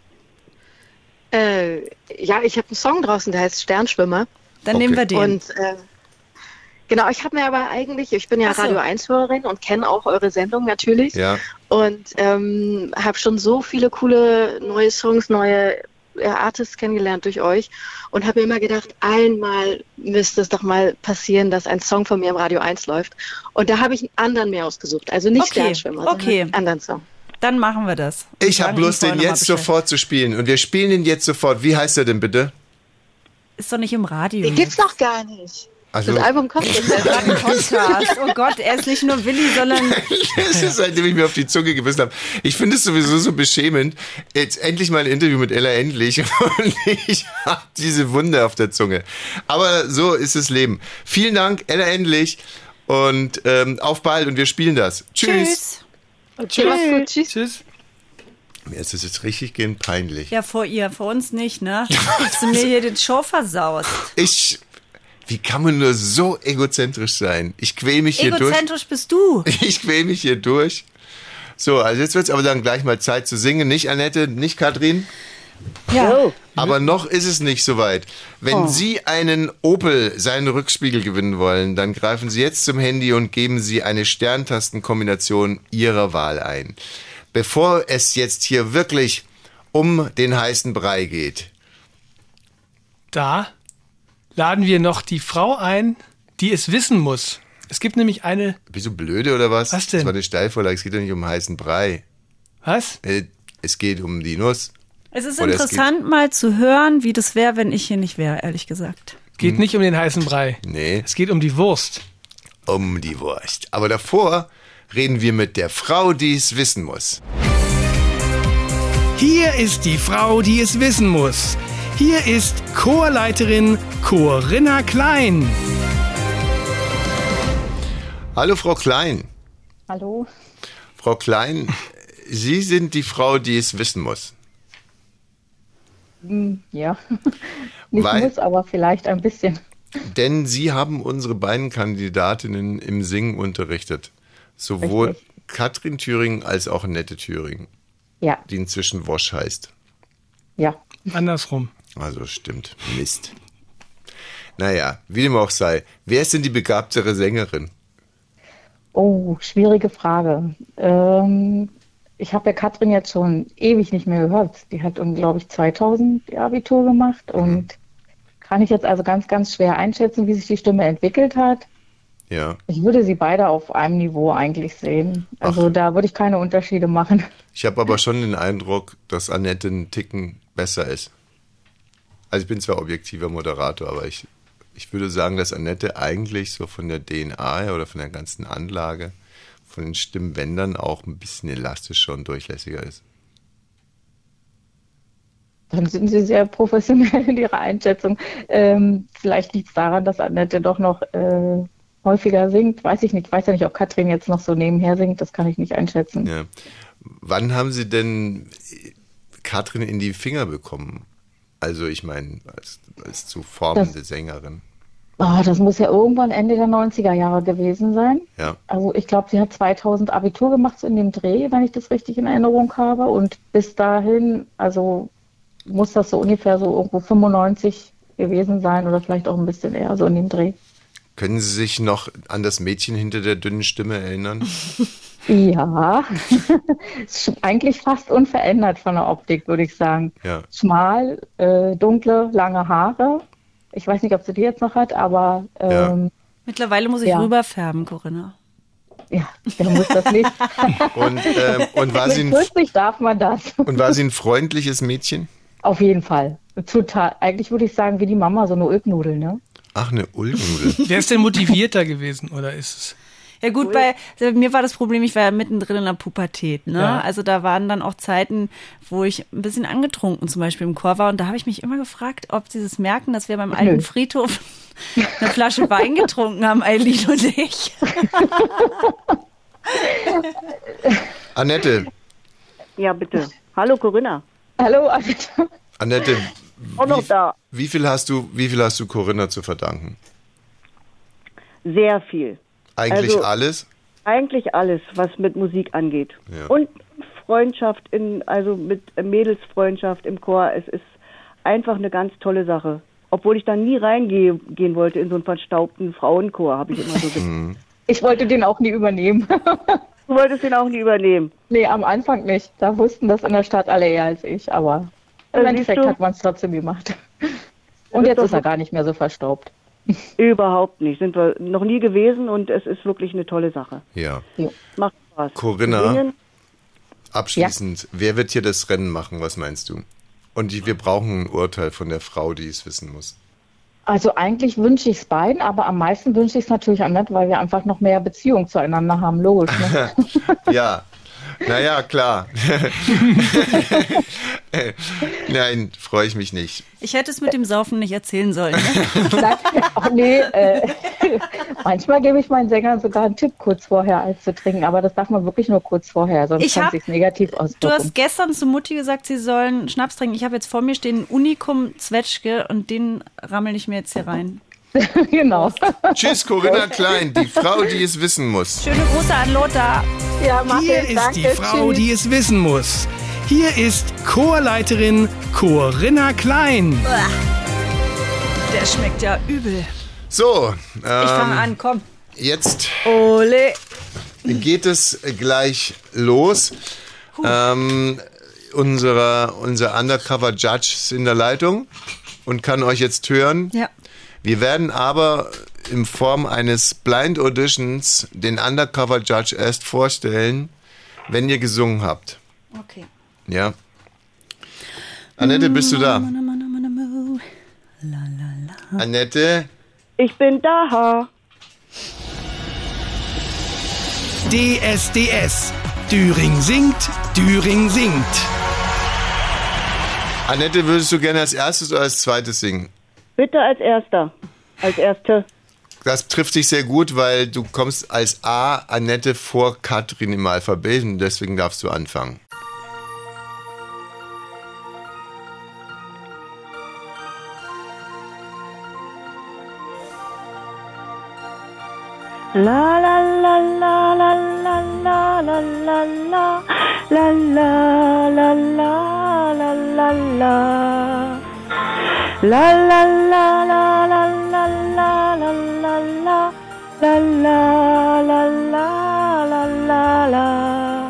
Ich habe einen Song draußen, der heißt Sternschwimmer. Dann nehmen wir den. Und genau, ich habe mir aber ich bin ja Radio 1-Hörerin und kenne auch eure Sendung natürlich. Ja. Und habe schon so viele coole neue Songs, neue Artists kennengelernt durch euch und habe mir immer gedacht, einmal müsste es doch mal passieren, dass ein Song von mir im Radio 1 läuft. Und da habe ich einen anderen mir ausgesucht. Also nicht Sternschwimmer, sondern einen anderen Song. Dann machen wir das. Ich habe Lust, den jetzt sofort zu spielen. Und wir spielen den jetzt sofort. Wie heißt er denn bitte? Ist doch nicht im Radio. Den gibt's noch gar nicht. Also, das Album kommt jetzt. Podcast. Oh Gott, er ist nicht nur Willi, sondern... Das ist, seitdem ich mir auf die Zunge gebissen habe. Ich finde es sowieso so beschämend. Jetzt endlich mal ein Interview mit Ella Endlich und ich habe diese Wunde auf der Zunge. Aber so ist das Leben. Vielen Dank, Ella Endlich. Und auf bald und wir spielen das. Tschüss. Okay, tschüss. Tschüss. Mir ist das jetzt richtig gehend peinlich. Ja, vor uns nicht, ne? Hast du mir hier den Show versaust. Wie kann man nur so egozentrisch sein? Ich quäl mich hier durch. Egozentrisch bist du. Ich quäl mich hier durch. So, also jetzt wird es aber dann gleich mal Zeit zu singen. Nicht Annette, nicht Katrin? Ja. Aber noch ist es nicht soweit. Wenn Sie einen Opel, seinen Rückspiegel gewinnen wollen, dann greifen Sie jetzt zum Handy und geben Sie eine Sterntastenkombination Ihrer Wahl ein. Bevor es jetzt hier wirklich um den heißen Brei geht. Da laden wir noch die Frau ein, die es wissen muss. Es gibt nämlich eine... Bist du blöde oder was? Was denn? Das war eine Steilvorlage, es geht doch nicht um heißen Brei. Was? Es geht um die Nuss. Es ist interessant, mal zu hören, wie das wäre, wenn ich hier nicht wäre, ehrlich gesagt. Geht nicht um den heißen Brei. Nee. Es geht um die Wurst. Um die Wurst. Aber davor reden wir mit der Frau, die es wissen muss. Hier ist die Frau, die es wissen muss. Hier ist Chorleiterin Corinna Klein. Hallo, Frau Klein. Hallo. Frau Klein, Sie sind die Frau, die es wissen muss. Ja, nicht muss, aber vielleicht ein bisschen. Denn Sie haben unsere beiden Kandidatinnen im Singen unterrichtet. Sowohl richtig. Katrin Thüring als auch Annette Thüring. Ja. Die inzwischen Wosch heißt. Ja. Andersrum. Also stimmt. Mist. Naja, wie dem auch sei. Wer ist denn die begabtere Sängerin? Oh, schwierige Frage. Ich habe ja Katrin jetzt schon ewig nicht mehr gehört. Die hat, glaube ich, 2000 ihr Abitur gemacht und kann ich jetzt also ganz, ganz schwer einschätzen, wie sich die Stimme entwickelt hat. Ja. Ich würde sie beide auf einem Niveau eigentlich sehen. Also da würde ich keine Unterschiede machen. Ich habe aber schon den Eindruck, dass Annette einen Ticken besser ist. Also ich bin zwar objektiver Moderator, aber ich würde sagen, dass Annette eigentlich so von der DNA oder von der ganzen Anlage, von den Stimmbändern auch ein bisschen elastischer und durchlässiger ist. Dann sind Sie sehr professionell in Ihrer Einschätzung. Vielleicht liegt es daran, dass Annette doch noch häufiger singt. Weiß ich nicht. Ich weiß ja nicht, ob Katrin jetzt noch so nebenher singt. Das kann ich nicht einschätzen. Ja. Wann haben Sie denn Katrin in die Finger bekommen? Also ich meine, als zu formende Sängerin. Das muss ja irgendwann Ende der 90er Jahre gewesen sein. Ja. Also ich glaube, sie hat 2000 Abitur gemacht so in dem Dreh, wenn ich das richtig in Erinnerung habe. Und bis dahin, also muss das so ungefähr so irgendwo 95 gewesen sein oder vielleicht auch ein bisschen eher so in dem Dreh. Können Sie sich noch an das Mädchen hinter der dünnen Stimme erinnern? Ja, ist eigentlich fast unverändert von der Optik, würde ich sagen. Ja. Schmal, dunkle, lange Haare. Ich weiß nicht, ob sie die jetzt noch hat, aber... Mittlerweile muss ich rüberfärben, Corinna. Ja, der muss das nicht. Und war sie 40 darf man das. Und war sie ein freundliches Mädchen? Auf jeden Fall. Total. Eigentlich würde ich sagen, wie die Mama, so eine Ulknudel, ne? Ach, eine Ulknudel. Wer ist denn motivierter gewesen, oder ist es? Ja gut, bei mir war das Problem, ich war ja mittendrin in der Pubertät. Ne? Ja. Also da waren dann auch Zeiten, wo ich ein bisschen angetrunken zum Beispiel im Chor war. Und da habe ich mich immer gefragt, ob sie das merken, dass wir beim alten Friedhof eine Flasche Wein getrunken haben, Eileen und ich. Annette. Ja, bitte. Hallo, Corinna. Hallo, Annette. Annette, auch noch da. Wie viel hast du Corinna zu verdanken? Sehr viel. Eigentlich alles? Eigentlich alles, was mit Musik angeht. Ja. Und Freundschaft, mit Mädelsfreundschaft im Chor. Es ist einfach eine ganz tolle Sache. Obwohl ich da nie reingehen wollte in so einen verstaubten Frauenchor, habe ich immer so gesagt. Ich wollte den auch nie übernehmen. Du wolltest den auch nie übernehmen? Nee, am Anfang nicht. Da wussten das in der Stadt alle eher als ich, aber im Endeffekt hat man es trotzdem gemacht. Und jetzt ist er gar nicht mehr so verstaubt. Überhaupt nicht. Sind wir noch nie gewesen und es ist wirklich eine tolle Sache. Ja. Macht Spaß. Corinna, abschließend, wer wird hier das Rennen machen, was meinst du? Und wir brauchen ein Urteil von der Frau, die es wissen muss. Also eigentlich wünsche ich es beiden, aber am meisten wünsche ich es natürlich Annette, weil wir einfach noch mehr Beziehung zueinander haben, logisch. Ne? Ja, naja, klar. Nein, freue ich mich nicht. Ich hätte es mit dem Saufen nicht erzählen sollen. Ne? Nee, manchmal gebe ich meinen Sängern sogar einen Tipp kurz vorher, als zu trinken, aber das darf man wirklich nur kurz vorher, sonst kann es sich negativ auswirken. Du hast gestern zu Mutti gesagt, sie sollen Schnaps trinken. Ich habe jetzt vor mir stehen Unikum Zwetschge und den rammel ich mir jetzt hier rein. Genau. Tschüss, Corinna Klein, die Frau, die es wissen muss. Schöne Grüße an Lothar. Ja, Hier ist die Frau, die es wissen muss. Hier ist Chorleiterin Corinna Klein. Der schmeckt ja übel. So. Ich fange an, komm. Jetzt Ole. geht es gleich los. Unser Undercover Judge ist in der Leitung und kann euch jetzt hören. Ja. Wir werden aber in Form eines Blind Auditions den Undercover Judge erst vorstellen, wenn ihr gesungen habt. Okay. Ja. Annette, bist du da? Annette? Ich bin da. DSDS. Düring singt, Düring singt. Annette, würdest du gerne als erstes oder als zweites singen? Bitte als Erster. Als Erste. Das trifft sich sehr gut, weil du kommst als A, Annette, vor Katrin im Alphabet und deswegen darfst du anfangen. La la la la la la la la la la la la la la la la la. La la la la la la la la la la la la la la la.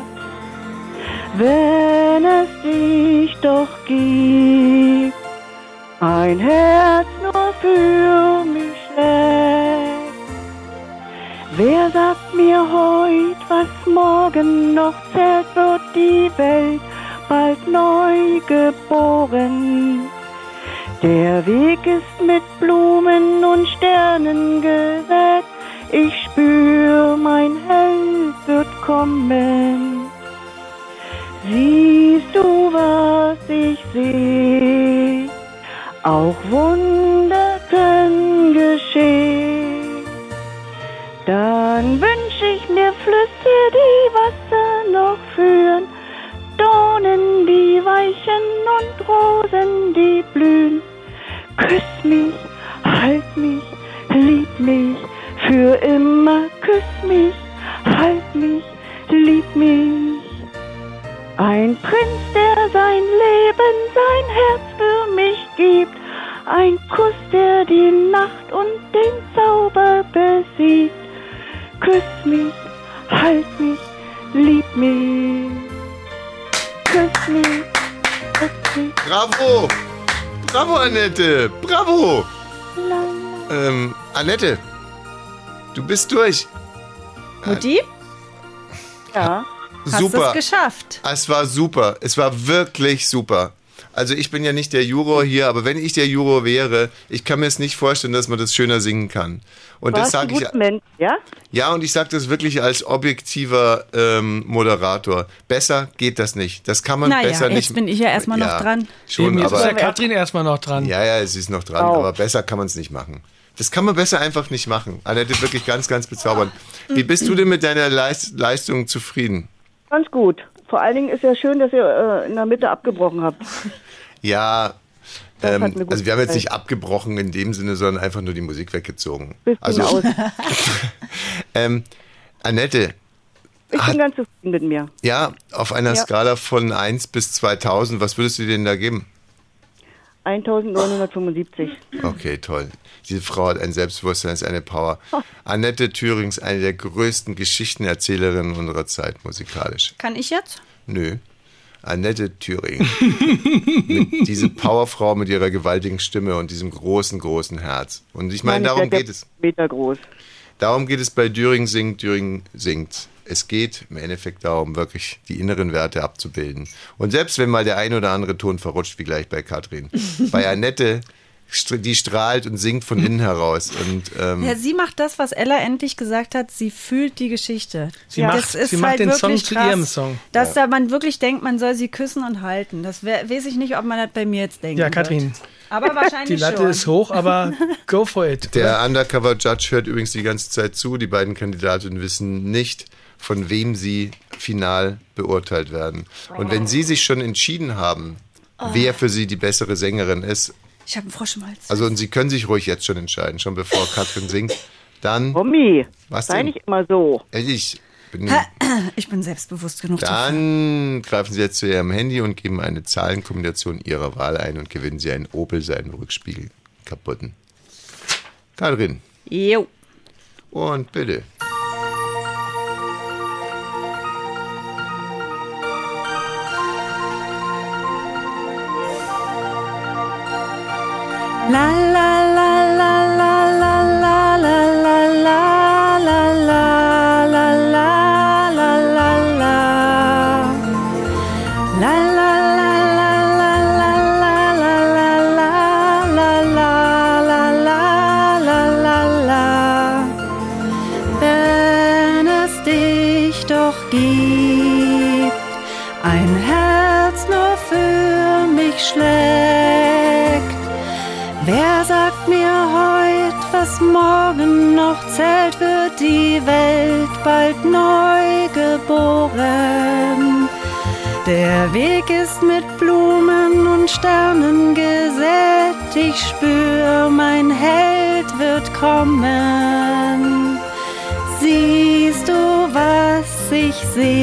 Wenn es dich doch gibt, ein Herz nur für mich schlägt. Wer sagt mir heut, was morgen noch zählt, wird die Welt bald neu geboren. Der Weg ist mit Blumen und Sternen gesät, ich spür, mein Held wird kommen. Siehst du, was ich seh? Auch Wunder können geschehen. Dann wünsch ich mir Flüsse, die Wasser noch führen, Dornen, die weichen und Rosen, die blühen. Küss mich, halt mich, lieb mich, für immer küss mich, halt mich, lieb mich. Ein Prinz, der sein Leben, sein Herz für mich gibt, ein Kuss, der die Nacht und den Zauber besiegt. Küss mich, halt mich, lieb mich, küss mich, küss mich. Bravo! Bravo, Annette! Bravo! Annette, du bist durch. Mutti? Ja. Super. Hast es geschafft. Es war super. Es war wirklich super. Also ich bin ja nicht der Juror hier, aber wenn ich der Juror wäre, ich kann mir es nicht vorstellen, dass man das schöner singen kann. Und das sage ich. Mensch, ja? Ja, und ich sage das wirklich als objektiver Moderator. Besser geht das nicht. Das kann man besser nicht. Jetzt bin ich ja erstmal noch dran. Schon, jetzt ist ja Katrin erstmal noch dran. Ja, es ist noch dran, aber besser kann man es nicht machen. Das kann man besser einfach nicht machen. Annette, wirklich ganz, ganz bezaubernd. Wie bist du denn mit deiner Leistung zufrieden? Ganz gut. Vor allen Dingen ist ja schön, dass ihr in der Mitte abgebrochen habt. Ja, also wir haben jetzt nicht abgebrochen in dem Sinne, sondern einfach nur die Musik weggezogen. Also, Annette. Ich bin ganz zufrieden mit mir. Ja, auf einer Skala von 1 bis 2000, was würdest du denn da geben? 1975. Okay, toll. Diese Frau hat ein Selbstbewusstsein, ist eine Power. Annette Thüring ist eine der größten Geschichtenerzählerinnen unserer Zeit, musikalisch. Kann ich jetzt? Nö. Annette Thüring. Diese Powerfrau mit ihrer gewaltigen Stimme und diesem großen, großen Herz. Und ich meine, darum geht es. Meter groß. Darum geht es bei Thüring singt. Es geht im Endeffekt darum, wirklich die inneren Werte abzubilden. Und selbst wenn mal der ein oder andere Ton verrutscht, wie gleich bei Katrin, bei Annette, die strahlt und singt von innen heraus. Und, sie macht das, was Ella endlich gesagt hat, sie fühlt die Geschichte. Sie macht den Song zu ihrem Song. Dass da man wirklich denkt, man soll sie küssen und halten. Das weiß ich nicht, ob man das bei mir jetzt denkt. Ja, Katrin. Aber wahrscheinlich die Latte schon. ist hoch, aber go for it. Der Undercover-Judge hört übrigens die ganze Zeit zu. Die beiden Kandidatinnen wissen nicht, von wem sie final beurteilt werden. Und wenn sie sich schon entschieden haben, wer für sie die bessere Sängerin ist. Ich habe einen Frosch im Hals. Also, und sie können sich ruhig jetzt schon entscheiden, schon bevor Katrin singt. Dann. Tommy, was sei denn? nicht immer so. Ich bin selbstbewusst genug. Dann greifen Sie jetzt zu Ihrem Handy und geben eine Zahlenkombination Ihrer Wahl ein und gewinnen Sie einen Opel-Seitenrückspiegel kaputten. Katrin. Jo. Und bitte. La la la la la la la la la la la la la la la la la. La la la la la la la la la la la la la. Wenn es dich doch gibt, ein Herz nur für mich schlägt. Wer sagt mir heut, was morgen noch zählt, wird die Welt bald neu geboren. Der Weg ist mit Blumen und Sternen gesät, ich spür, mein Held wird kommen. Siehst du, was ich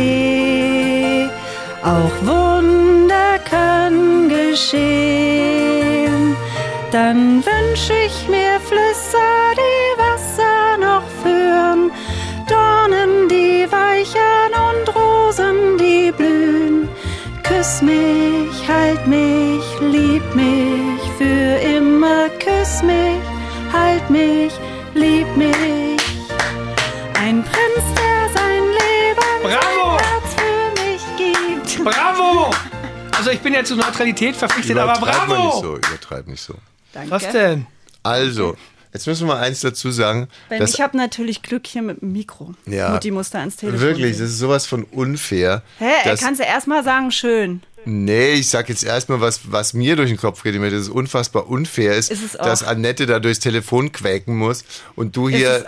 seh? Auch Wunder können geschehen. Dann wünsch ich mir Flüsse, die Wasser noch führen, Dornen, die weichern und Rosen, die blühen. Küss mich, halt mich, lieb mich für immer. Küss mich, halt mich, lieb mich. Ein Prinz, der sein Leben, Bravo! sein Herz für mich gibt. Bravo! Also ich bin ja zur Neutralität verpflichtet, aber bravo! Übertreib nicht so. Danke. Was denn? Also, jetzt müssen wir mal eins dazu sagen. Ich habe natürlich Glück hier mit dem Mikro. Ja, Mutti musste ans Telefon. Wirklich, gehen. das ist sowas von unfair. Kannst du erst mal sagen, schön. Nee, ich sag jetzt erstmal, was mir durch den Kopf geht, dass es unfassbar unfair ist, dass Annette da durchs Telefon quäken muss und du hier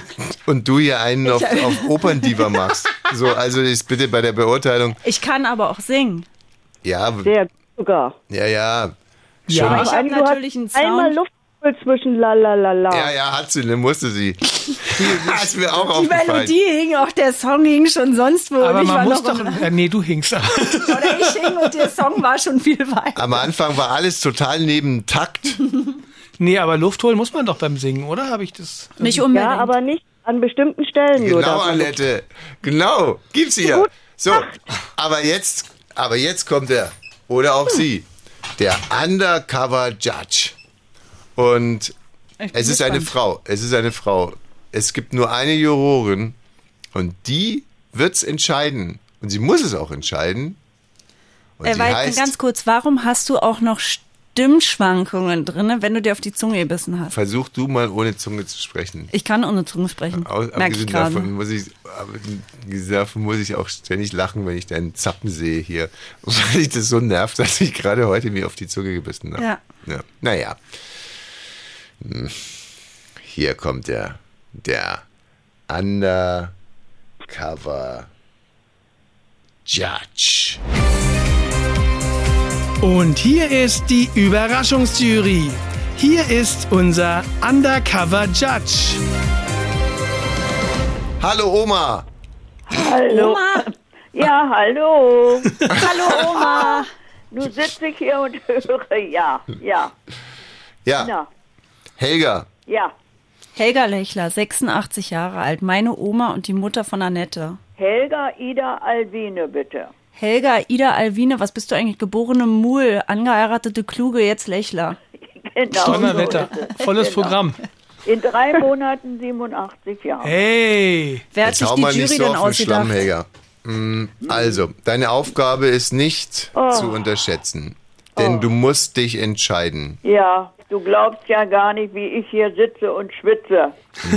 einen auf Operndiva machst. So, also ist bitte bei der Beurteilung. Ich kann aber auch singen. Ja. Sehr sogar. Ja. Ja, ich habe natürlich einen Sound. Einmal Luft zwischen la la la la. Ja, hat sie, dann musste sie. Das ist mir auch aufgefallen. Die Melodie hing, auch der Song hing schon sonst wo. Aber man muss doch, nee, du hingst. Oder ich hing und der Song war schon viel weiter. Am Anfang war alles total neben Takt. Nee, aber Luft holen muss man doch beim Singen, oder? Habe ich das? Nicht unbedingt. Ja, aber nicht an bestimmten Stellen. Genau, Annette. Genau, gib's ihr. So, aber jetzt kommt er. Oder auch sie. Der Undercover Judge. Und es ist eine Frau. Es gibt nur eine Jurorin und die wird's entscheiden. Und sie muss es auch entscheiden. Und sie heißt, ganz kurz, warum hast du auch noch Stimmschwankungen drin, wenn du dir auf die Zunge gebissen hast? Versuch du mal ohne Zunge zu sprechen. Ich kann ohne Zunge sprechen. Merke ich gerade. Davon muss ich auch ständig lachen, wenn ich deinen Zappen sehe hier. Weil ich das so nervt, dass ich gerade heute mir auf die Zunge gebissen habe. Ja. Naja. Hier kommt der Undercover Judge. Und hier ist die Überraschungsjury. Hier ist unser Undercover Judge. Hallo Oma. Hallo. Oma. Ja, hallo. Hallo Oma. Nun sitze ich hier und höre, ja. Ja. Helga. Ja. Helga Lechler, 86 Jahre alt, meine Oma und die Mutter von Annette. Helga Ida Alwine, bitte. Helga Ida Alwine, was bist du eigentlich? Geborene Muhl, angeheiratete Kluge, jetzt Lechler. Genau. Donnerwetter, so volles Programm. In 3 Monaten 87 Jahre. Hey! Wer hat sich die Jury denn ausgedacht? Schlamm, Helga. Also, deine Aufgabe ist nicht zu unterschätzen. Denn du musst dich entscheiden. Ja, du glaubst ja gar nicht, wie ich hier sitze und schwitze.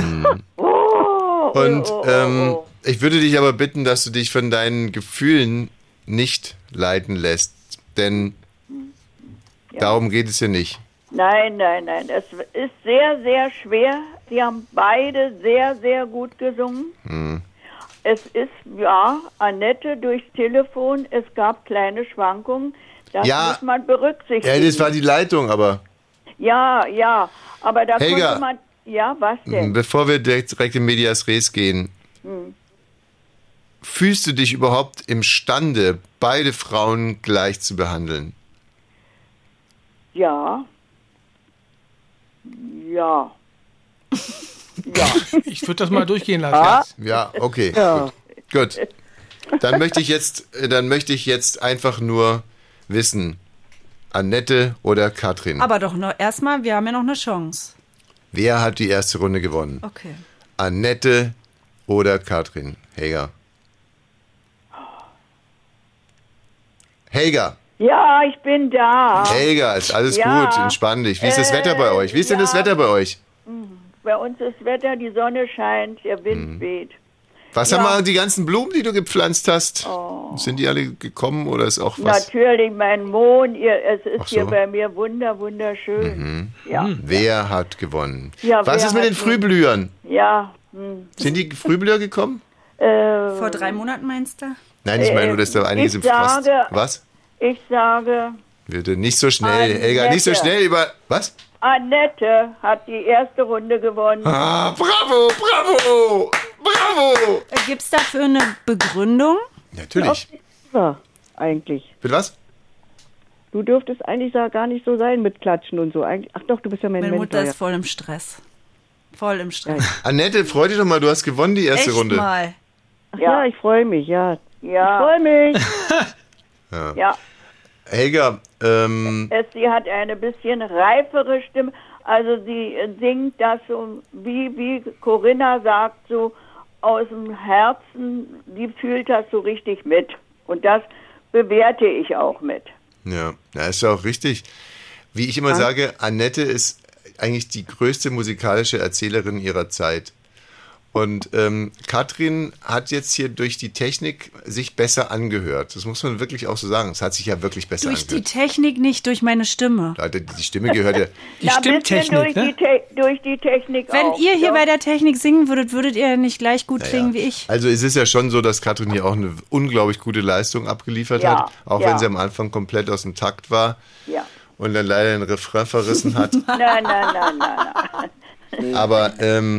Ich würde dich aber bitten, dass du dich von deinen Gefühlen nicht leiten lässt. Denn darum geht es ja nicht. Nein. Es ist sehr, sehr schwer. Sie haben beide sehr, sehr gut gesungen. Es ist, Annette durchs Telefon. Es gab kleine Schwankungen. Das muss man berücksichtigen. Ja, das war die Leitung, aber... Ja, aber da Helga, konnte man... Ja, was denn? Bevor wir direkt in Medias Res gehen, fühlst du dich überhaupt imstande, beide Frauen gleich zu behandeln? Ja. Ich würde das mal durchgehen lassen. Ja, okay. Gut. Dann möchte ich jetzt einfach nur wissen, Annette oder Katrin? Aber doch noch erstmal, wir haben ja noch eine Chance. Wer hat die erste Runde gewonnen? Okay. Annette oder Katrin? Helga. Helga. Ja, ich bin da. Helga, ist alles gut, entspann dich. Wie ist das Wetter bei euch? Wie ist denn das Wetter bei euch? Bei uns ist Wetter, die Sonne scheint, der Wind weht. Was haben wir, die ganzen Blumen, die du gepflanzt hast? Sind die alle gekommen oder ist auch was? Natürlich, mein Mond, es ist hier bei mir wunderschön. Ja. Wer hat gewonnen? Ja, was ist mit den Frühblühern? Ja. Sind die Frühblüher gekommen? Vor 3 Monaten meinst du? Nein, ich meine nur, dass da einiges im Frost... Was? Ich sage... Bitte, nicht so schnell, Helga, nicht so schnell über... Was? Annette hat die erste Runde gewonnen. Bravo! Gibt es dafür eine Begründung? Natürlich. Ja, eigentlich. Mit was? Du dürftest eigentlich gar nicht so sein mit Klatschen und so. Ach doch, du bist ja mein Mentor. Meine Mutter ist voll im Stress. Annette, freu dich doch mal, du hast gewonnen die erste Runde. Mal. Ach ja, ich freue mich, ja. Ich freue mich. Ja. Helga, sie hat eine bisschen reifere Stimme. Also sie singt das so, wie Corinna sagt, so aus dem Herzen, die fühlt das so richtig mit. Und das bewerte ich auch mit. Ja, ist ja auch richtig. Wie ich immer sage, Annette ist eigentlich die größte musikalische Erzählerin ihrer Zeit. Und Katrin hat jetzt hier durch die Technik sich besser angehört. Das muss man wirklich auch so sagen. Es hat sich ja wirklich besser angehört. Durch die Technik, nicht durch meine Stimme. Die Stimme gehört ja... Die Stimmtechnik, durch die Technik Wenn auch. ihr hier bei der Technik singen würdet ihr nicht gleich gut klingen wie ich. Also es ist ja schon so, dass Katrin hier auch eine unglaublich gute Leistung abgeliefert hat. Auch wenn sie am Anfang komplett aus dem Takt war. Ja. Und dann leider den Refrain verrissen hat. Nein. Aber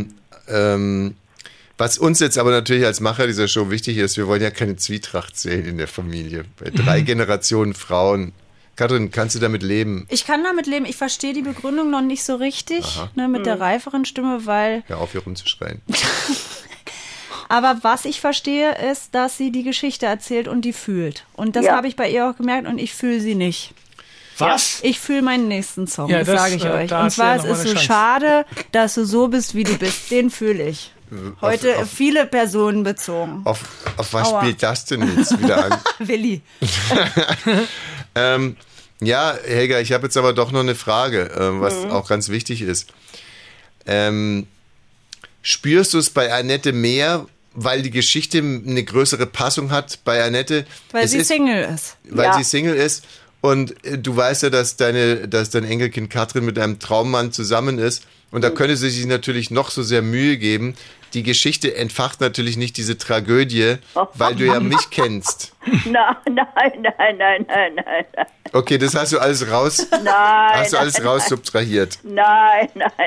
was uns jetzt aber natürlich als Macher dieser Show wichtig ist, wir wollen ja keine Zwietracht sehen in der Familie. Bei 3 Generationen Frauen. Katrin, kannst du damit leben? Ich kann damit leben. Ich verstehe die Begründung noch nicht so richtig, mit der reiferen Stimme, weil... Hör auf, hier rumzuschreien. Aber was ich verstehe, ist, dass sie die Geschichte erzählt und die fühlt. Und das habe ich bei ihr auch gemerkt und ich fühle sie nicht. Was? Ich fühle meinen nächsten Song, das sage ich euch. Und zwar, es ist so schade, dass du so bist, wie du bist. Den fühle ich. Heute viele Personen bezogen. Auf was spielt das denn jetzt wieder an? Willi. Ja, Helga, ich habe jetzt aber doch noch eine Frage, was auch ganz wichtig ist. Spürst du es bei Annette mehr, weil die Geschichte eine größere Passung hat bei Annette? Weil sie Single ist. Weil sie Single ist und du weißt ja, dass dein Enkelkind Katrin mit einem Traummann zusammen ist und da könnte sie sich natürlich noch so sehr Mühe geben. Die Geschichte entfacht natürlich nicht diese Tragödie, weil du ja mich kennst. Nein. Okay, das hast du alles raus. Raus subtrahiert. Nein.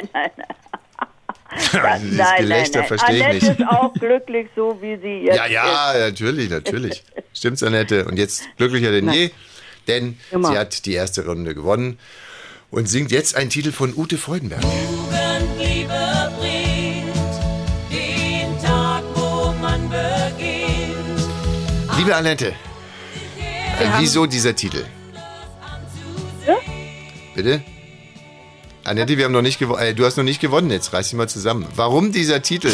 Dieses Gelächter verstehe ich nicht. Annette ist auch glücklich, so wie sie jetzt ist. Ja, natürlich. Stimmt's, Annette. Und jetzt glücklicher denn je, denn sie hat die erste Runde gewonnen und singt jetzt einen Titel von Ute Freudenberg. Jugendliebe bringt den Tag, wo man beginnt. Liebe Annette, wieso dieser Titel? Ja? Bitte? Annette, wir haben noch nicht gewonnen. Du hast noch nicht gewonnen, jetzt reiß dich mal zusammen. Warum dieser Titel?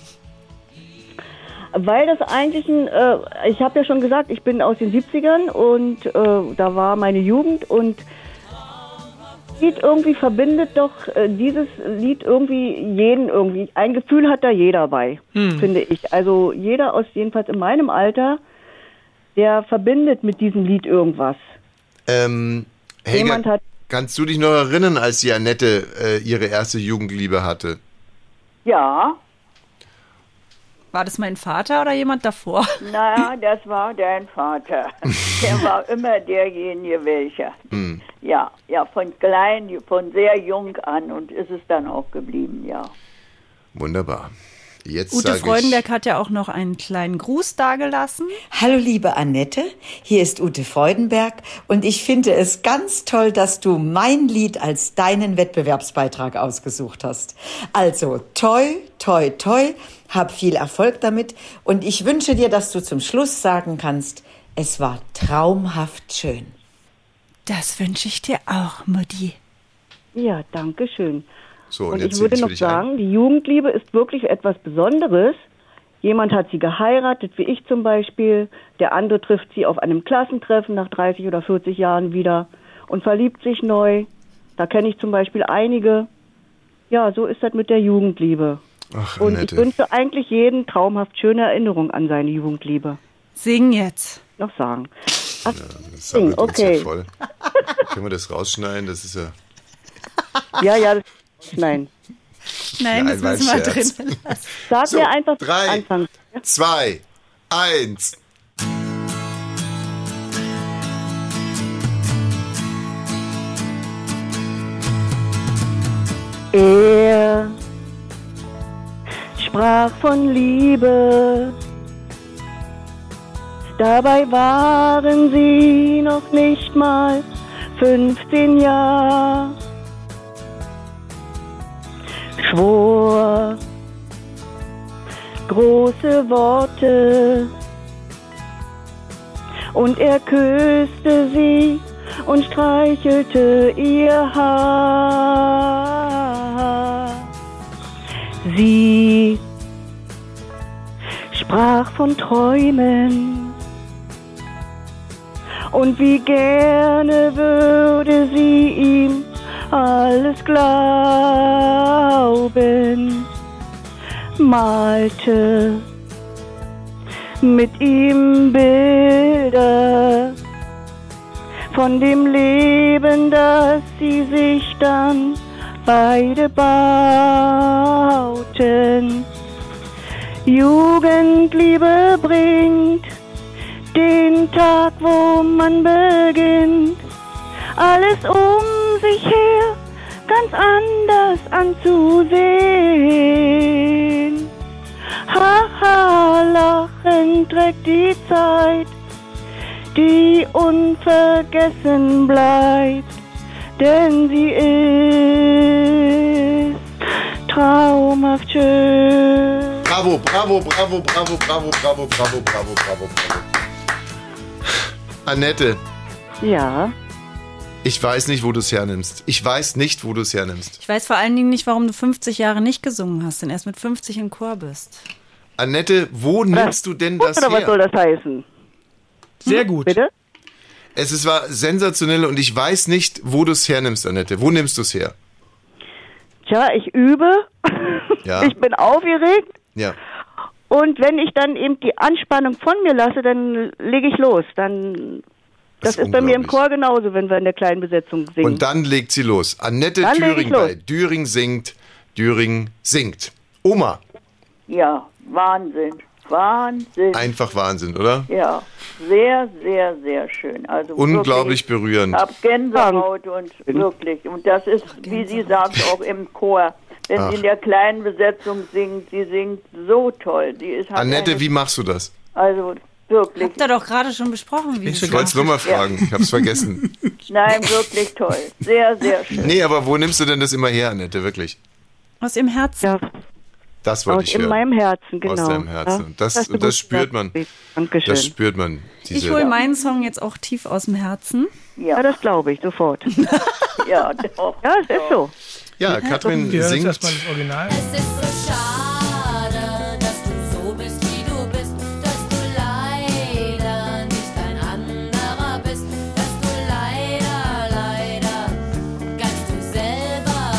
Weil das eigentlich ich habe ja schon gesagt, ich bin aus den 70ern und da war meine Jugend und Lied irgendwie verbindet doch dieses Lied irgendwie jeden irgendwie. Ein Gefühl hat da jeder bei, finde ich. Also jeder jedenfalls in meinem Alter, der verbindet mit diesem Lied irgendwas. Helga, kannst du dich noch erinnern, als die Annette ihre erste Jugendliebe hatte? Ja. War das mein Vater oder jemand davor? Na, das war dein Vater. Der war immer derjenige, welcher. Ja, von sehr jung an und ist es dann auch geblieben, ja. Wunderbar. Jetzt Ute Freudenberg hat ja auch noch einen kleinen Gruß dagelassen. Hallo liebe Annette, hier ist Ute Freudenberg und ich finde es ganz toll, dass du mein Lied als deinen Wettbewerbsbeitrag ausgesucht hast. Also toi, toi, toi, hab viel Erfolg damit und ich wünsche dir, dass du zum Schluss sagen kannst, es war traumhaft schön. Das wünsche ich dir auch, Mutti. Ja, danke schön. So, und ich würde noch sagen, die Jugendliebe ist wirklich etwas Besonderes. Jemand hat sie geheiratet, wie ich zum Beispiel. Der andere trifft sie auf einem Klassentreffen nach 30 oder 40 Jahren wieder und verliebt sich neu. Da kenne ich zum Beispiel einige. Ja, so ist das mit der Jugendliebe. Ach, und ich wünsche eigentlich jeden traumhaft schöne Erinnerung an seine Jugendliebe. Sing jetzt. Noch sagen. Ach, ja, das sammelt uns ja voll. Können wir das rausschneiden? Das ist ja... Ja, Nein, das müssen wir drin lassen. Sag mir einfach 3, 2, 1. Er sprach von Liebe, dabei waren sie noch nicht mal 15 Jahre. Schwor große Worte und er küsste sie und streichelte ihr Haar. Sie sprach von Träumen und wie gerne würde sie ihm alles glauben, malte mit ihm Bilder von dem Leben, das sie sich dann beide bauten. Jugendliebe bringt den Tag, wo man beginnt, alles sich her ganz anders anzusehen. Haha, lachen trägt die Zeit, die unvergessen bleibt, denn sie ist traumhaft schön. Bravo. Annette. Ja. Ich weiß nicht, wo du es hernimmst. Ich weiß vor allen Dingen nicht, warum du 50 Jahre nicht gesungen hast, denn erst mit 50 im Chor bist. Annette, wo nimmst du denn das oder her? Was soll das heißen? Sehr gut. Bitte? War sensationell und ich weiß nicht, wo du es hernimmst, Annette. Wo nimmst du es her? Tja, ich übe. Ja. Ich bin aufgeregt. Ja. Und wenn ich dann eben die Anspannung von mir lasse, dann lege ich los. Das ist bei mir im Chor genauso, wenn wir in der kleinen Besetzung singen. Und dann legt sie los. Annette Dann Thüring bei Düring singt. Oma. Ja, Wahnsinn. Einfach Wahnsinn, oder? Ja, sehr, sehr, sehr schön. Also unglaublich berührend. Ich habe Gänsehaut und wirklich. Und das ist, wie sie sagt, auch im Chor. Wenn sie in der kleinen Besetzung singt, sie singt so toll. Annette, wie machst du das? Also wirklich. Habt ihr doch gerade schon besprochen. Wie ich wollte es nur mal fragen, ich habe es vergessen. Nein, wirklich toll. Sehr, sehr schön. Nee, aber wo nimmst du denn das immer her, Annette, wirklich? Aus ihrem Herzen. Ja. Das wollte ich hören. In meinem Herzen, genau. Aus deinem Herzen. Ja? Das spürt man. Dankeschön. Das spürt man. Ich hole meinen Song jetzt auch tief aus dem Herzen. Ja, das glaube ich sofort. Ja, doch. Ja, es ist so. Ja, Katrin singt. Erstmal das Original. Es ist so schade, dass du so bist, wie du bist, dass du leider nicht ein anderer bist, dass du leider ganz du selber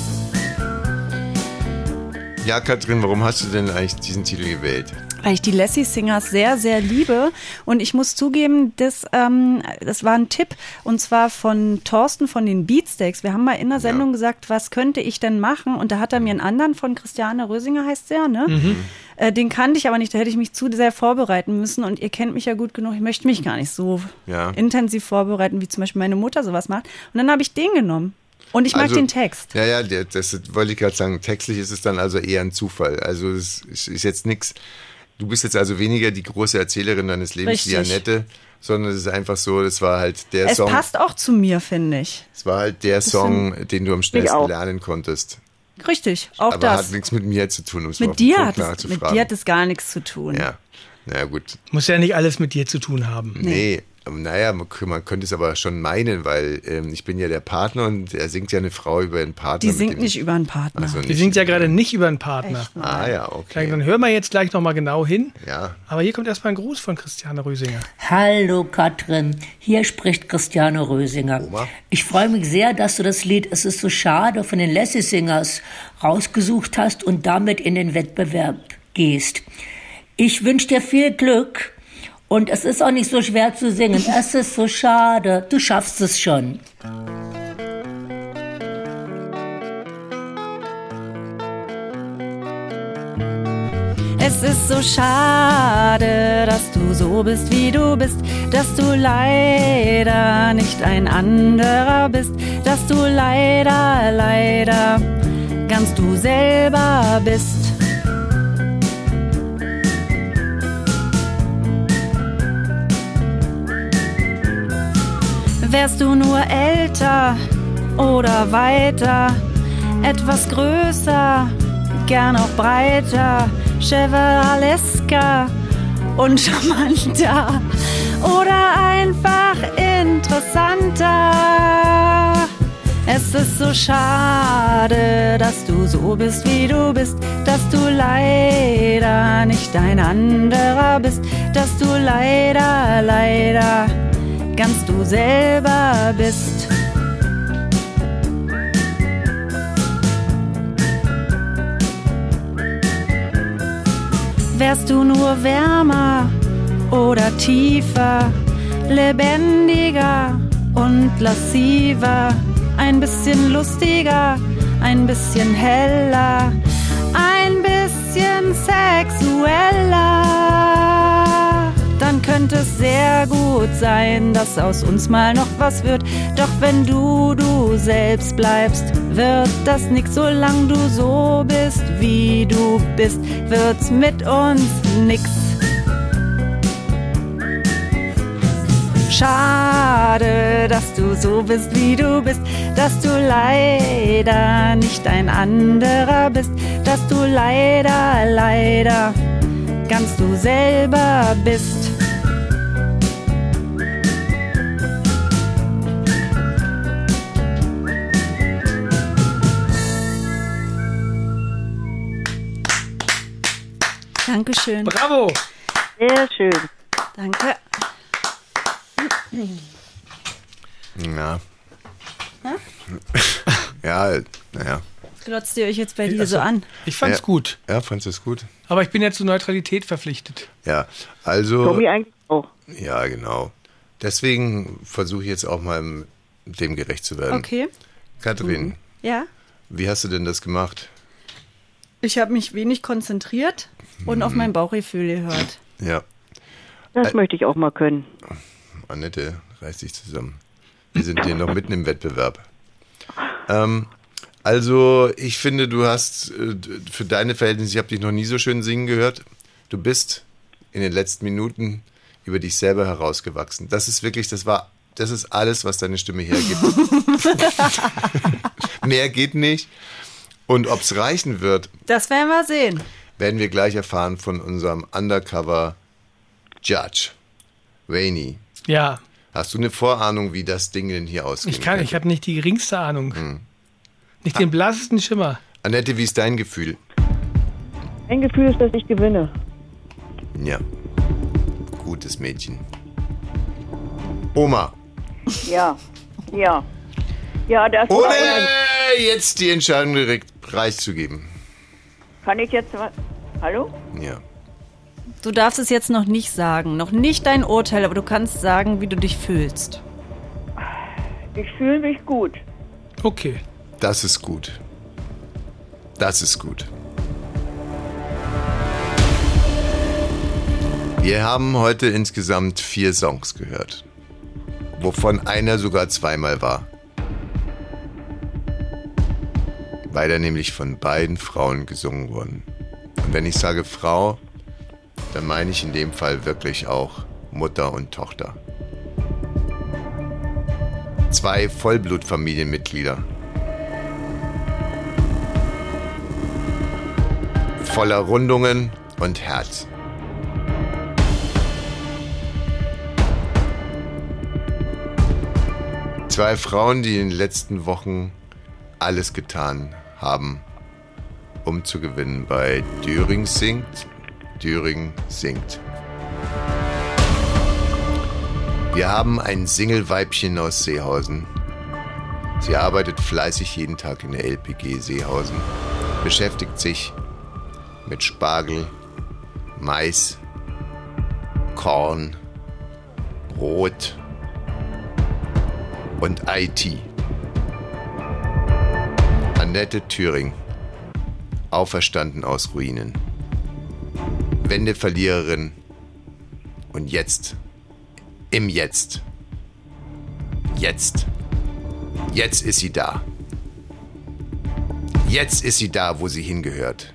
bist. Ja, Katrin, warum hast du denn eigentlich diesen Titel gewählt? Weil ich die Lassie Singers sehr, sehr liebe. Und ich muss zugeben, das war ein Tipp, und zwar von Thorsten von den Beatsteaks. Wir haben mal in der Sendung gesagt, was könnte ich denn machen? Und da hat er mir einen anderen von Christiane Rösinger, heißt der, ne? Mhm. Den kannte ich aber nicht, da hätte ich mich zu sehr vorbereiten müssen. Und ihr kennt mich ja gut genug, ich möchte mich gar nicht so intensiv vorbereiten, wie zum Beispiel meine Mutter sowas macht. Und dann habe ich den genommen. Und ich mag den Text. Ja, das wollte ich gerade sagen. Textlich ist es dann also eher ein Zufall. Also es ist jetzt nichts. Du bist jetzt also weniger die große Erzählerin deines Lebens wie Annette, sondern es ist einfach so, das war halt der Song. Es passt auch zu mir, finde ich. Es war halt der Song, den du am schnellsten lernen konntest. Richtig, auch aber das. Aber hat nichts mit mir zu tun, um es mit dir hat es gar nichts zu tun. Ja, naja, gut. Muss ja nicht alles mit dir zu tun haben. Nee. Naja, man könnte es aber schon meinen, weil ich bin ja der Partner und er singt ja eine Frau über einen Partner. Die singt nicht über einen Partner. Also die singt ja gerade nicht über einen Partner. Ja, okay. Dann hören wir jetzt gleich nochmal genau hin. Ja. Aber hier kommt erstmal ein Gruß von Christiane Rösinger. Hallo Katrin, hier spricht Christiane Rösinger. Oma. Ich freue mich sehr, dass du das Lied Es ist so schade von den Lassie Singers rausgesucht hast und damit in den Wettbewerb gehst. Ich wünsche dir viel Glück. Und es ist auch nicht so schwer zu singen. Es ist so schade. Du schaffst es schon. Es ist so schade, dass du so bist, wie du bist, dass du leider nicht ein anderer bist, dass du leider ganz du selber bist. Wärst du nur älter oder weiter, etwas größer, gern auch breiter, chevalesquer und charmanter oder einfach interessanter. Es ist so schade, dass du so bist, wie du bist, dass du leider nicht ein anderer bist, dass du leider ganz du selber bist. Wärst du nur wärmer oder tiefer, lebendiger und lassiver, ein bisschen lustiger, ein bisschen heller, ein bisschen sexueller, dann könnte es sehr gut sein, dass aus uns mal noch was wird. Doch wenn du selbst bleibst, wird das nix. Solange du so bist, wie du bist, wird's mit uns nix. Schade, dass du so bist, wie du bist, dass du leider nicht ein anderer bist, dass du leider ganz du selber bist. Dankeschön. Bravo. Sehr schön. Danke. Ja. Ja, naja. Glotzt ihr euch jetzt bei dir so an? Ich fand's gut. Ja, fandst du es gut? Aber ich bin ja zur Neutralität verpflichtet. Ja, also... Tommy eigentlich auch. Ja, genau. Deswegen versuche ich jetzt auch mal dem gerecht zu werden. Okay. Katrin, Ja? wie hast du denn das gemacht? Ich habe mich wenig konzentriert und auf mein Bauchgefühl gehört. Ja. Das möchte ich auch mal können. Annette, reiß dich zusammen. Wir sind hier noch mitten im Wettbewerb. Also, ich finde, du hast für deine Verhältnisse, ich habe dich noch nie so schön singen gehört. Du bist in den letzten Minuten über dich selber herausgewachsen. Das ist wirklich, das ist alles, was deine Stimme hergibt. Mehr geht nicht. Und ob es reichen wird, das werden wir sehen. Werden wir gleich erfahren von unserem Undercover Judge, Rainy. Ja. Hast du eine Vorahnung, wie das Ding denn hier ausgeht? Ich habe nicht die geringste Ahnung. Nicht den blassesten Schimmer. Annette, wie ist dein Gefühl? Mein Gefühl ist, dass ich gewinne. Ja. Gutes Mädchen. Oma. Ja. Ja, das Ohne war jetzt die Entscheidung direkt preiszugeben. Kann ich jetzt was? Hallo? Ja. Du darfst es jetzt noch nicht sagen. Noch nicht dein Urteil, aber du kannst sagen, wie du dich fühlst. Ich fühle mich gut. Okay. Das ist gut. Das ist gut. Wir haben heute insgesamt 4 Songs gehört, wovon einer sogar zweimal war. Beide nämlich von beiden Frauen gesungen wurden. Und wenn ich sage Frau, dann meine ich in dem Fall wirklich auch Mutter und Tochter. 2 Vollblutfamilienmitglieder. Voller Rundungen und Herz. Zwei Frauen, die in den letzten Wochen alles getan haben, um zu gewinnen bei Düring singt. Düring singt. Wir haben ein Single-Weibchen aus Seehausen. Sie arbeitet fleißig jeden Tag in der LPG Seehausen, beschäftigt sich mit Spargel, Mais, Korn, Brot und IT. Annette Thüring, auferstanden aus Ruinen. Wendeverliererin und jetzt, im Jetzt. Jetzt ist sie da. Jetzt ist sie da, wo sie hingehört.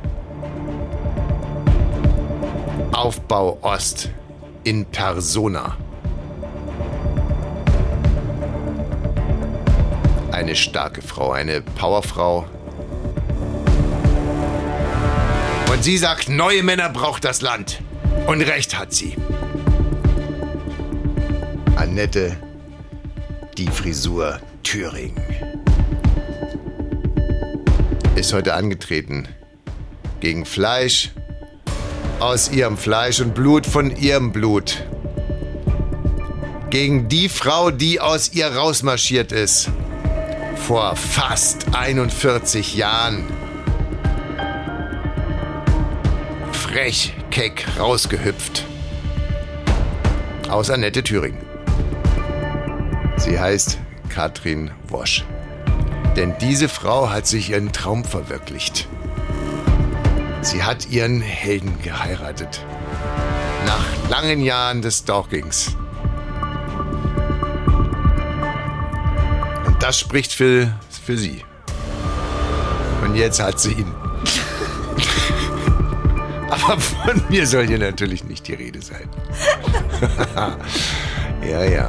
Aufbau Ost in Persona. Eine starke Frau, eine Powerfrau. Und sie sagt, neue Männer braucht das Land. Und recht hat sie. Annette, die Frisur Thüring, ist heute angetreten gegen Fleisch aus ihrem Fleisch und Blut von ihrem Blut. Gegen die Frau, die aus ihr rausmarschiert ist. Vor fast 41 Jahren. Frech, keck rausgehüpft. Aus Annette Thüring. Sie heißt Katrin Wosch. Denn diese Frau hat sich ihren Traum verwirklicht. Sie hat ihren Helden geheiratet. Nach langen Jahren des Stalkings. Und das spricht für sie. Und jetzt hat sie ihn. Aber von mir soll hier natürlich nicht die Rede sein. Ja.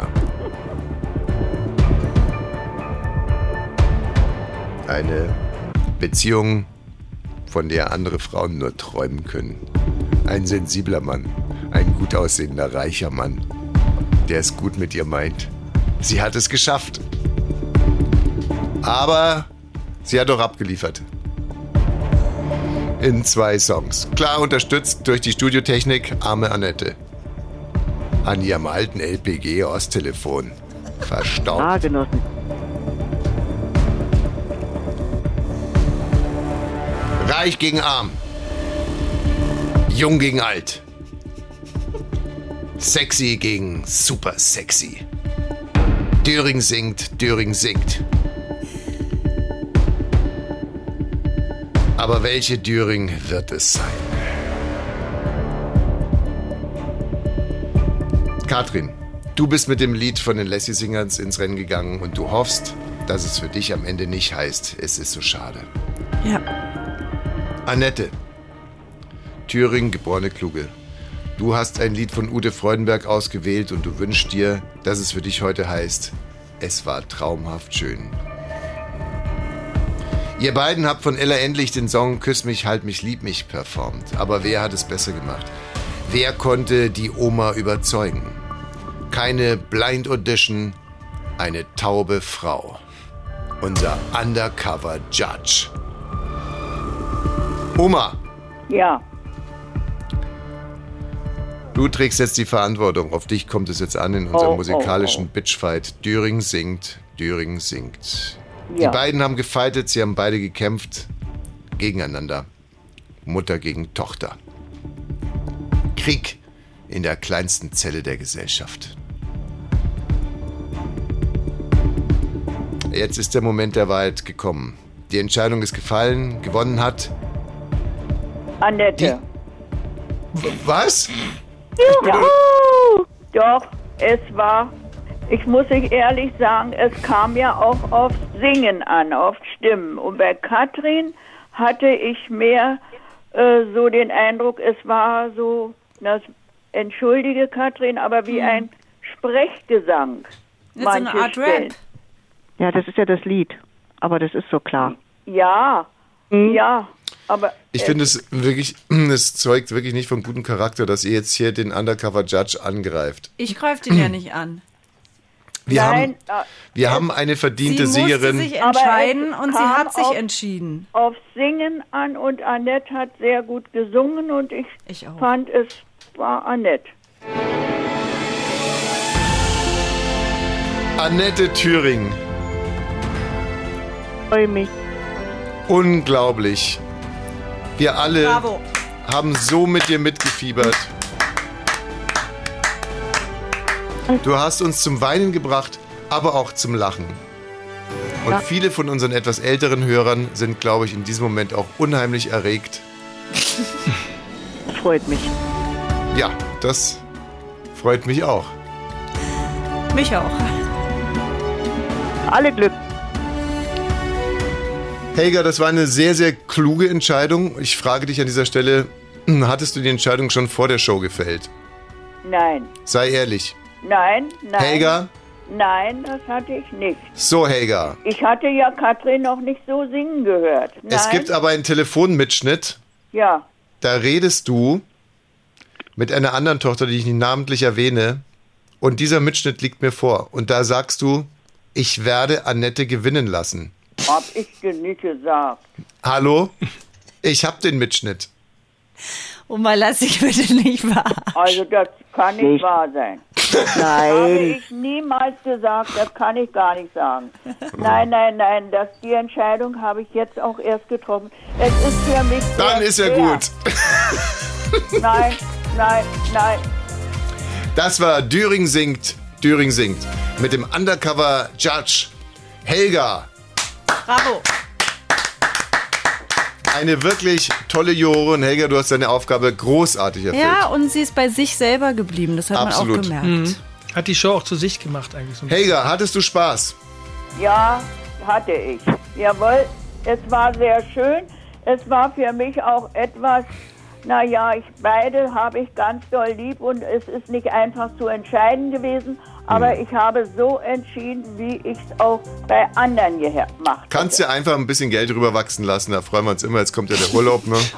Eine Beziehung, von der andere Frauen nur träumen können. Ein sensibler Mann, ein gut aussehender, reicher Mann, der es gut mit ihr meint. Sie hat es geschafft. Aber sie hat doch abgeliefert. in 2 Songs. Klar unterstützt durch die Studiotechnik, arme Annette. An ihrem alten LPG-Osttelefon. Verstaubt. Ah, genossen. Reich gegen arm. Jung gegen alt. Sexy gegen super sexy. Döring singt, Döring singt. Aber welche Döring wird es sein? Katrin, du bist mit dem Lied von den Lassie Singers ins Rennen gegangen und du hoffst, dass es für dich am Ende nicht heißt, es ist so schade. Ja. Annette, Thüringen, geborene Kluge. Du hast ein Lied von Ute Freudenberg ausgewählt und du wünschst dir, dass es für dich heute heißt, es war traumhaft schön. Ihr beiden habt von Ella Endlich den Song Küss mich, halt mich, lieb mich performt. Aber wer hat es besser gemacht? Wer konnte die Oma überzeugen? Keine Blind Audition, eine taube Frau. Unser Undercover Judge. Oma. Ja. Du trägst jetzt die Verantwortung. Auf dich kommt es jetzt an in unserem musikalischen Bitchfight. Döring singt, Döring singt. Ja. Die beiden haben gefightet, sie haben beide gekämpft. Gegeneinander. Mutter gegen Tochter. Krieg in der kleinsten Zelle der Gesellschaft. Jetzt ist der Moment der Wahrheit gekommen. Die Entscheidung ist gefallen. Gewonnen hat Annette. Was? Juhu! Doch, es war, ich muss euch ehrlich sagen, es kam ja auch aufs Singen an, auf Stimmen. Und bei Katrin hatte ich mehr so den Eindruck, es war so, entschuldige Katrin, aber wie ein Sprechgesang. Ist so eine Art Rap. Ja, das ist ja das Lied. Aber das ist so klar. Ja, ja. Aber ich finde es wirklich, es zeugt wirklich nicht vom guten Charakter, dass ihr jetzt hier den Undercover Judge angreift. Ich greife den ja nicht an. Wir haben eine verdiente Siegerin. Sie musste sich entscheiden und sie hat sich entschieden. Auf Singen an und Annette hat sehr gut gesungen und ich fand, es war Annette. Annette Thüring. Freue mich. Unglaublich. Wir alle haben so mit dir mitgefiebert. Du hast uns zum Weinen gebracht, aber auch zum Lachen. Und viele von unseren etwas älteren Hörern sind, glaube ich, in diesem Moment auch unheimlich erregt. Freut mich. Ja, das freut mich auch. Mich auch. Alle Glück. Helga, das war eine sehr, sehr kluge Entscheidung. Ich frage dich an dieser Stelle, hattest du die Entscheidung schon vor der Show gefällt? Nein. Sei ehrlich. Nein. Helga? Nein, das hatte ich nicht. So, Helga. Ich hatte ja Katrin noch nicht so singen gehört. Nein. Es gibt aber einen Telefonmitschnitt. Ja. Da redest du mit einer anderen Tochter, die ich nicht namentlich erwähne. Und dieser Mitschnitt liegt mir vor. Und da sagst du, ich werde Annette gewinnen lassen. Hab ich dir nicht gesagt. Hallo? Ich hab den Mitschnitt. Oma, lass dich bitte nicht wahr. Also das kann nicht wahr sein. Nein. Habe ich niemals gesagt, das kann ich gar nicht sagen. Nein, die Entscheidung habe ich jetzt auch erst getroffen. Es ist für mich Dann ist ja gut. Nein. Das war Döring singt, Döring singt. Mit dem Undercover Judge Helga. Bravo. Eine wirklich tolle Jurorin. Helga, du hast deine Aufgabe großartig erfüllt. Ja, und sie ist bei sich selber geblieben. Das hat Absolut. man auch gemerkt. Hat die Show auch zu sich gemacht eigentlich. So Helga, hattest du Spaß? Ja, hatte ich. Jawohl, es war sehr schön. Es war für mich auch etwas, beide habe ich ganz doll lieb und es ist nicht einfach zu entscheiden gewesen. Aber ich habe so entschieden, wie ich es auch bei anderen gemacht habe. Kannst ja einfach ein bisschen Geld rüberwachsen lassen, da freuen wir uns immer. Jetzt kommt ja der Urlaub, ne?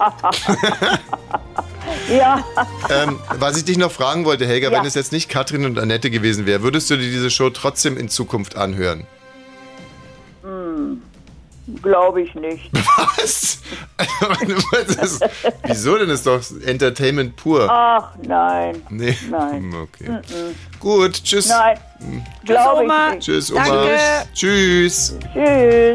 Ja. Was ich dich noch fragen wollte, Helga, wenn es jetzt nicht Katrin und Annette gewesen wäre, würdest du dir diese Show trotzdem in Zukunft anhören? Glaube ich nicht. Was? Wieso denn? Das ist doch Entertainment pur. Ach, nein. Nee. Nein. Okay. Gut, tschüss. Nein. Glaube ich nicht. Tschüss, Oma. Danke. Tschüss. Tschüss.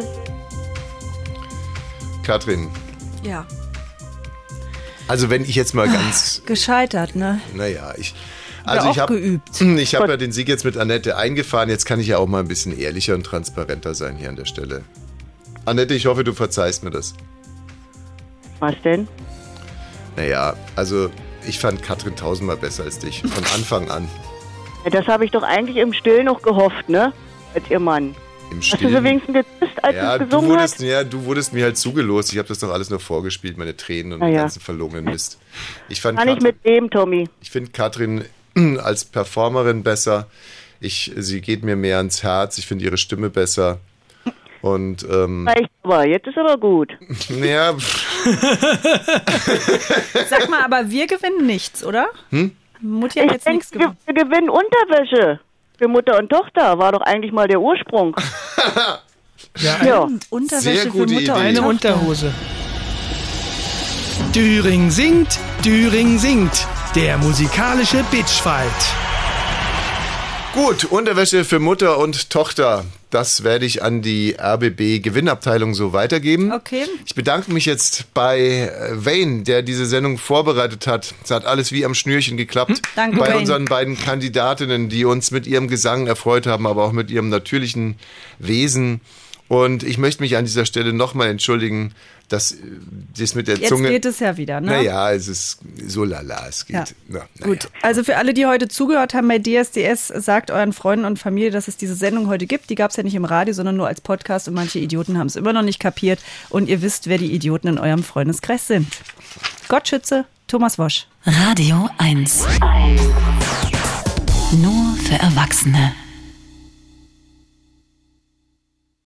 Katrin. Ja. Also wenn ich jetzt mal ganz... Gescheitert, ne? Naja, ich geübt. Ich habe ja den Sieg jetzt mit Annette eingefahren. Jetzt kann ich ja auch mal ein bisschen ehrlicher und transparenter sein hier an der Stelle. Annette, ich hoffe, du verzeihst mir das. Was denn? Naja, also ich fand Katrin tausendmal besser als dich. Von Anfang an. Ja, das habe ich doch eigentlich im Stillen noch gehofft, ne? Als ihr Mann. Im Hast du so wenigstens geküsst, als du gesungen hast? Ja, du wurdest mir halt zugelost. Ich habe das doch alles nur vorgespielt, meine Tränen und den ganzen verlogenen Mist. Kann ich mit dem, Tommy. Ich finde Katrin als Performerin besser. Sie geht mir mehr ans Herz. Ich finde ihre Stimme besser. Und, jetzt ist aber gut. Ja. Sag mal, aber wir gewinnen nichts, oder? Mutti hat jetzt nichts gewonnen. Wir gewinnen Unterwäsche. Für Mutter und Tochter war doch eigentlich mal der Ursprung. Ja. Unterwäsche sehr gute für Mutter Idee. und Eine Unterhose. Düring singt, der musikalische Bitchfight. Gut, Unterwäsche für Mutter und Tochter. Das werde ich an die RBB-Gewinnabteilung so weitergeben. Okay. Ich bedanke mich jetzt bei Wayne, der diese Sendung vorbereitet hat. Es hat alles wie am Schnürchen geklappt. Danke, bei Wayne. unseren beiden Kandidatinnen, die uns mit ihrem Gesang erfreut haben, aber auch mit ihrem natürlichen Wesen. Und ich möchte mich an dieser Stelle nochmal entschuldigen, dass das mit der Jetzt Zunge... Jetzt geht es ja wieder, ne? Naja, es ist so lala, es geht. Ja. Naja. Gut, also für alle, die heute zugehört haben bei DSDS, sagt euren Freunden und Familie, dass es diese Sendung heute gibt. Die gab es ja nicht im Radio, sondern nur als Podcast und manche Idioten haben es immer noch nicht kapiert. Und ihr wisst, wer die Idioten in eurem Freundeskreis sind. Gott schütze, Thomas Wosch. Radio 1. Nur für Erwachsene.